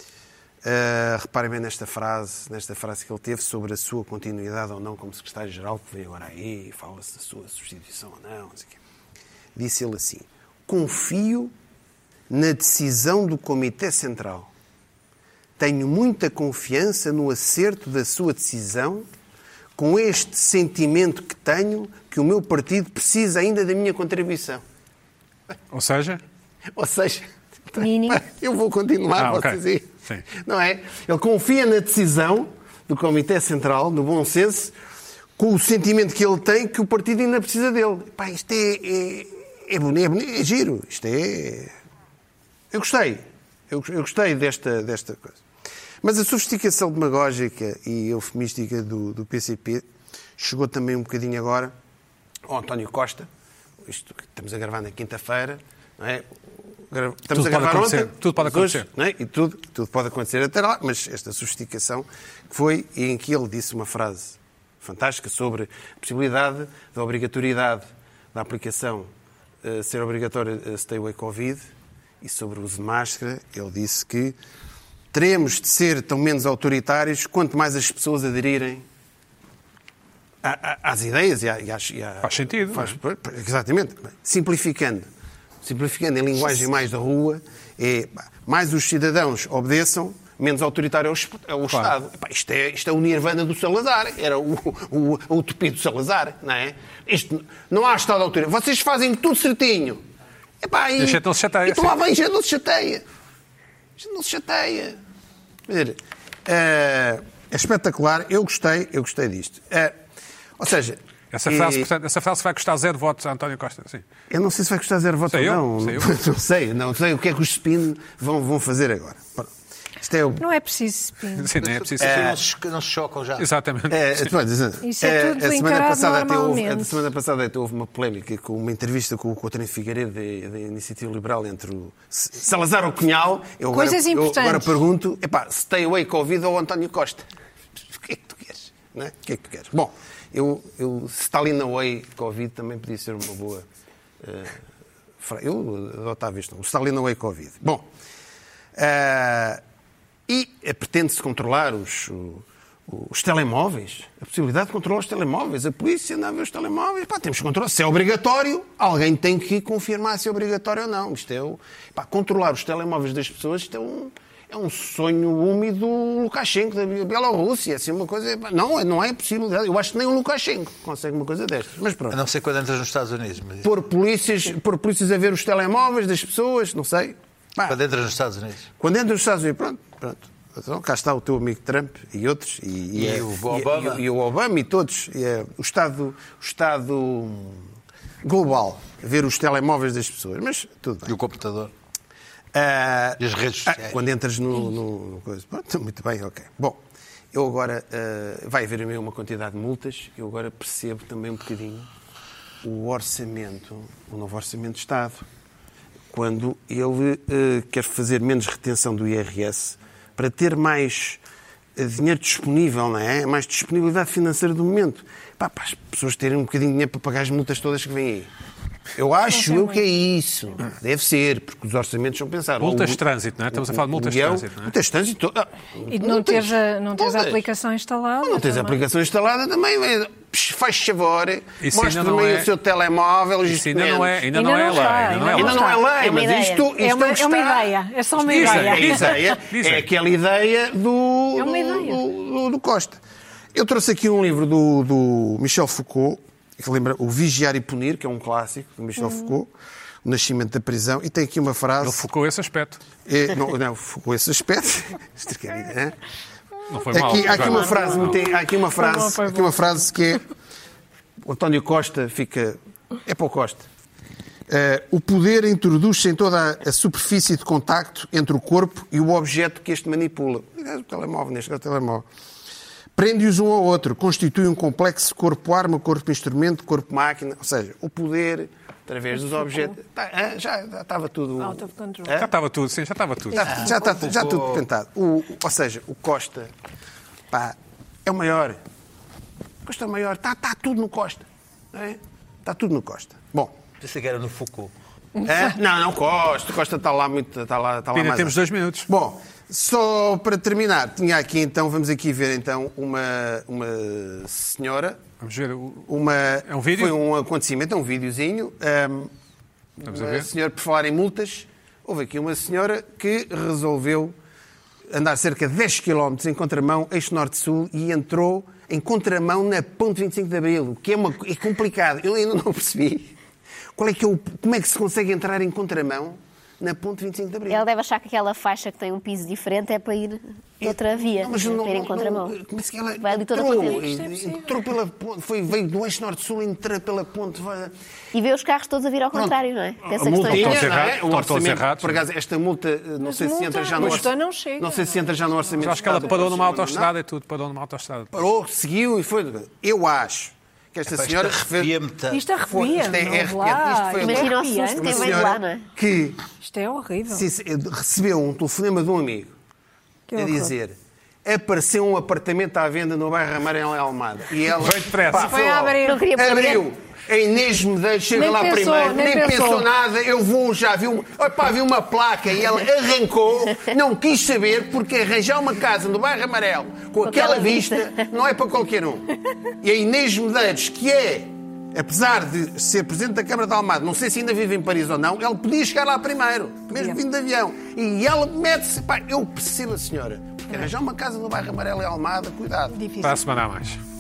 Uh, reparem bem nesta frase, nesta frase que ele teve sobre a sua continuidade ou não como secretário-geral, que vem agora aí, fala-se da sua substituição ou não, não sei o quê. Disse ele assim: confio na decisão do Comitê Central. Tenho muita confiança no acerto da sua decisão, com este sentimento que tenho que o meu partido precisa ainda da minha contribuição.
Ou seja,
Ou seja,
Mini.
eu vou continuar,
Ah, ok.
vocês aí.
Sim.
Não é? Ele confia na decisão do Comitê Central, no bom senso, com o sentimento que ele tem que o partido ainda precisa dele. Pá, isto é, é, é bonito, é, bonito, é giro. Isto é... Eu gostei. Eu, eu gostei desta, desta coisa. Mas a sofisticação demagógica e eufemística do, do P C P chegou também um bocadinho agora ao António Costa. Isto que estamos a gravar na quinta-feira, não é? Estamos
Tudo
a
pode
gravar
acontecer,
ontem,
tudo pode
mas hoje,
acontecer.
não é? E tudo, tudo pode acontecer até lá, mas esta sofisticação que foi em que ele disse uma frase fantástica sobre a possibilidade da obrigatoriedade da aplicação uh, ser obrigatória a Stay Away Covid e sobre o uso de máscara, ele disse que teremos de ser tão menos autoritários quanto mais as pessoas aderirem a- a- às ideias e, à, e às... E à,
Faz sentido,
Faz, exatamente. Simplificando. Simplificando em linguagem mais da rua, é mais os cidadãos obedeçam, menos autoritário é o, é o Estado. Epá, isto, é, isto é o Nirvana do Salazar. Era o, o, a utopia do Salazar, não é? Isto, não há Estado autoritário. Vocês fazem tudo certinho. Epá, e,
e a gente não se chateia.
Então lá vem, a gente não se chateia. A gente não se chateia. Quer dizer, uh, é espetacular. Eu gostei, eu gostei disto. Uh, ou seja...
Essa frase, portanto, essa frase vai custar zero votos a António Costa. Sim.
Eu não sei se vai custar zero votos ou não.
Sei eu.
Não sei, não sei o que é que os spin vão, vão fazer agora. Isto é o...
Não é preciso spin.
Sim, não é preciso.
É, não, se, não se chocam já.
Exatamente.
É,
Isso é tudo
a semana
encarado
passada até houve,
normalmente.
A semana passada até houve uma polémica com uma entrevista com o Coutinho Figueiredo da Iniciativa Liberal entre o Salazar ou Cunhal. Eu agora,
Coisas
eu
importantes.
agora pergunto, epá, stay away Covid ou António Costa? O que é que tu queres? Não é? O que é que tu queres? Bom, eu, eu Stalin away Covid também podia ser uma boa... Uh, eu adotava isto. O Stalin away Covid. Bom... Uh, E pretende-se controlar os, os telemóveis, a possibilidade de controlar os telemóveis. A polícia anda a ver os telemóveis. Pá, temos que controlar. Se é obrigatório, alguém tem que confirmar se é obrigatório ou não. Isto é o, pá, controlar os telemóveis das pessoas, isto é um, é um sonho úmido do Lukashenko, da Bielorrússia. Assim, uma coisa, pá, não, não é possível. Eu acho que nem o Lukashenko consegue uma coisa destas. Mas pronto.
A não ser quando entras nos Estados Unidos. Mas...
Pôr polícias, pôr polícias a ver os telemóveis das pessoas, não sei. Pá,
Quando entras nos Estados Unidos.
Quando entras nos Estados Unidos, pronto. Pronto. Então, cá está o teu amigo Trump e outros. E, e,
E
é,
o Obama.
E, e, e o Obama e todos. E é, o, Estado, o Estado global. Ver os telemóveis das pessoas. Mas tudo bem.
E o computador.
Ah,
E as redes
ah,
sociais.
quando entras no... no, no coisa. Pronto, muito bem, ok. Bom, eu agora... ah, vai haver a mim uma quantidade de multas. Eu agora percebo também um bocadinho o orçamento, o novo orçamento de Estado. Quando ele uh, quer fazer menos retenção do I R S para ter mais uh, dinheiro disponível, não é? Mais disponibilidade financeira do momento. Pá, para as pessoas terem um bocadinho de dinheiro para pagar as multas todas que vêm aí. Eu acho eu que é isso. Deve ser, porque os orçamentos são pensados.
Multas
O-
de trânsito, não é? Estamos a falar de multas de
o-
trânsito, não é?
Multas de trânsito. Ah,
E de não teres a, não teres a
todas.
aplicação instalada.
Não tens a
também.
aplicação instalada também. é, psh, Faz favor,
Isso ainda
mostra-me
não
aí
é-
o seu telemóvel. os
Isso ainda não é,
documentos.
ainda
Ainda
não é
não
lei.
está,
Ainda não é
ainda
Ainda
lei.
não é
está.
lei,
É uma
mas
ideia.
isto, isto
É uma-
é o que
é uma
está.
ideia. É só uma
Dizem,
ideia.
A ideia
Dizem.
é aquela ideia do,
É uma
do-
ideia.
do- do- do Costa. Eu trouxe aqui um livro do, do Michel Foucault, que lembra o Vigiar e Punir, que é um clássico do Michel Foucault, o nascimento da prisão, e tem aqui uma frase...
Ele focou esse aspecto.
É, não, não, Foucault esse aspecto. Isto quer dizer, é?
Não foi mal.
Aqui, há aqui uma
Agora,
frase, tem, há aqui uma frase,
foi bom.
aqui uma frase que é o António Costa fica é para o Costa. Eh, o poder introduz-se em toda a, a superfície de contacto entre o corpo e o objeto que este manipula. É o telemóvel, neste caso o telemóvel. Prende-os um ao outro, constitui um complexo corpo-arma, corpo-instrumento, corpo-máquina, ou seja, o poder através dos objetos. Tá, ah, já, já estava tudo.
Out of control.
Já estava tudo, sim, já estava tudo.
Já, já está já tudo tentado. O, ou seja, o Costa pá, é o maior. O Costa é o maior. Está, está tudo no Costa. Não é? Está tudo no Costa. Bom.
Pensei que era no Foucault.
É? Não, não, Costa. Costa está lá muito. Está lá, está lá
Pina,
mais
temos dois minutos.
Bom, só para terminar, tinha aqui então, vamos aqui ver então uma, uma senhora.
Vamos ver. O...
Uma,
É um vídeo?
Foi um acontecimento, é um videozinho. Um,
Vamos a
uma
ver.
senhora, por falar em multas, houve aqui uma senhora que resolveu andar cerca de dez quilómetros em contramão, eixo norte-sul, e entrou em contramão na Ponte vinte e cinco de Abril, o que é, uma, é complicado. Eu ainda não percebi. Qual é que é o, como é que se consegue entrar em contramão na Ponte vinte e cinco de Abril?
Ela deve achar que aquela faixa que tem um piso diferente é para ir de outra via,
Não, mas
para
não,
ir em
não,
contramão.
não, como é que ela
Vai ali toda
entrou,
contente.
entrou pela ponte, foi, veio do eixo norte-sul, entra pela ponte. Vai...
E vê os carros todos a vir ao
Pronto.
contrário, não é?
A
Essa
multa
questão
Estão
é...
todos
não é?
errados,
O
estão todos
orçamento,
errados.
por acaso, esta multa, não
Mas
sei se
multa,
entra já no
multa
orçamento.
não chega.
Não sei se entra já no orçamento.
Eu acho que ela
do
parou
Estado.
numa autoestrada
Não?
e tudo, parou numa autoestrada.
Parou, seguiu e foi. Eu acho que esta
Epá,
senhora
isto arrepia-me tanto.
Isto arrepia.
Isto é- é
não
arrepiante.
lá.
Isto foi-
Isto é
Imagina o
arrepiante.
susto
uma
quem vem de lá, não é?
senhora que
Isto é horrível.
sim, sim, recebeu um telefonema de um amigo
Que
a
horror.
dizer: apareceu um apartamento à venda no bairro Amarelo em Almada. E ela
Veio depressa.
pá,
Foi
logo.
abrir.
Não queria perder.
Abriu. A Inês Medeiros chega
Nem
lá
pensou,
primeiro,
nem
nem,
pensou.
pensou nada, eu vou, já vi, um, opa, vi uma placa e ela arrancou, não quis saber, porque arranjar uma casa no bairro Amarelo com,
Com
aquela
aquela
vista
vista.
não é para qualquer um. E a Inês Medeiros, que é apesar de ser Presidente da Câmara de Almada, não sei se ainda vive em Paris ou não, ele podia chegar lá primeiro, mesmo vindo de avião. E ela mete-se... Pá, eu percebo a senhora. Porque arranjar uma casa no bairro Amarelo em Almada, cuidado.
Difícil.
Para a semana a mais.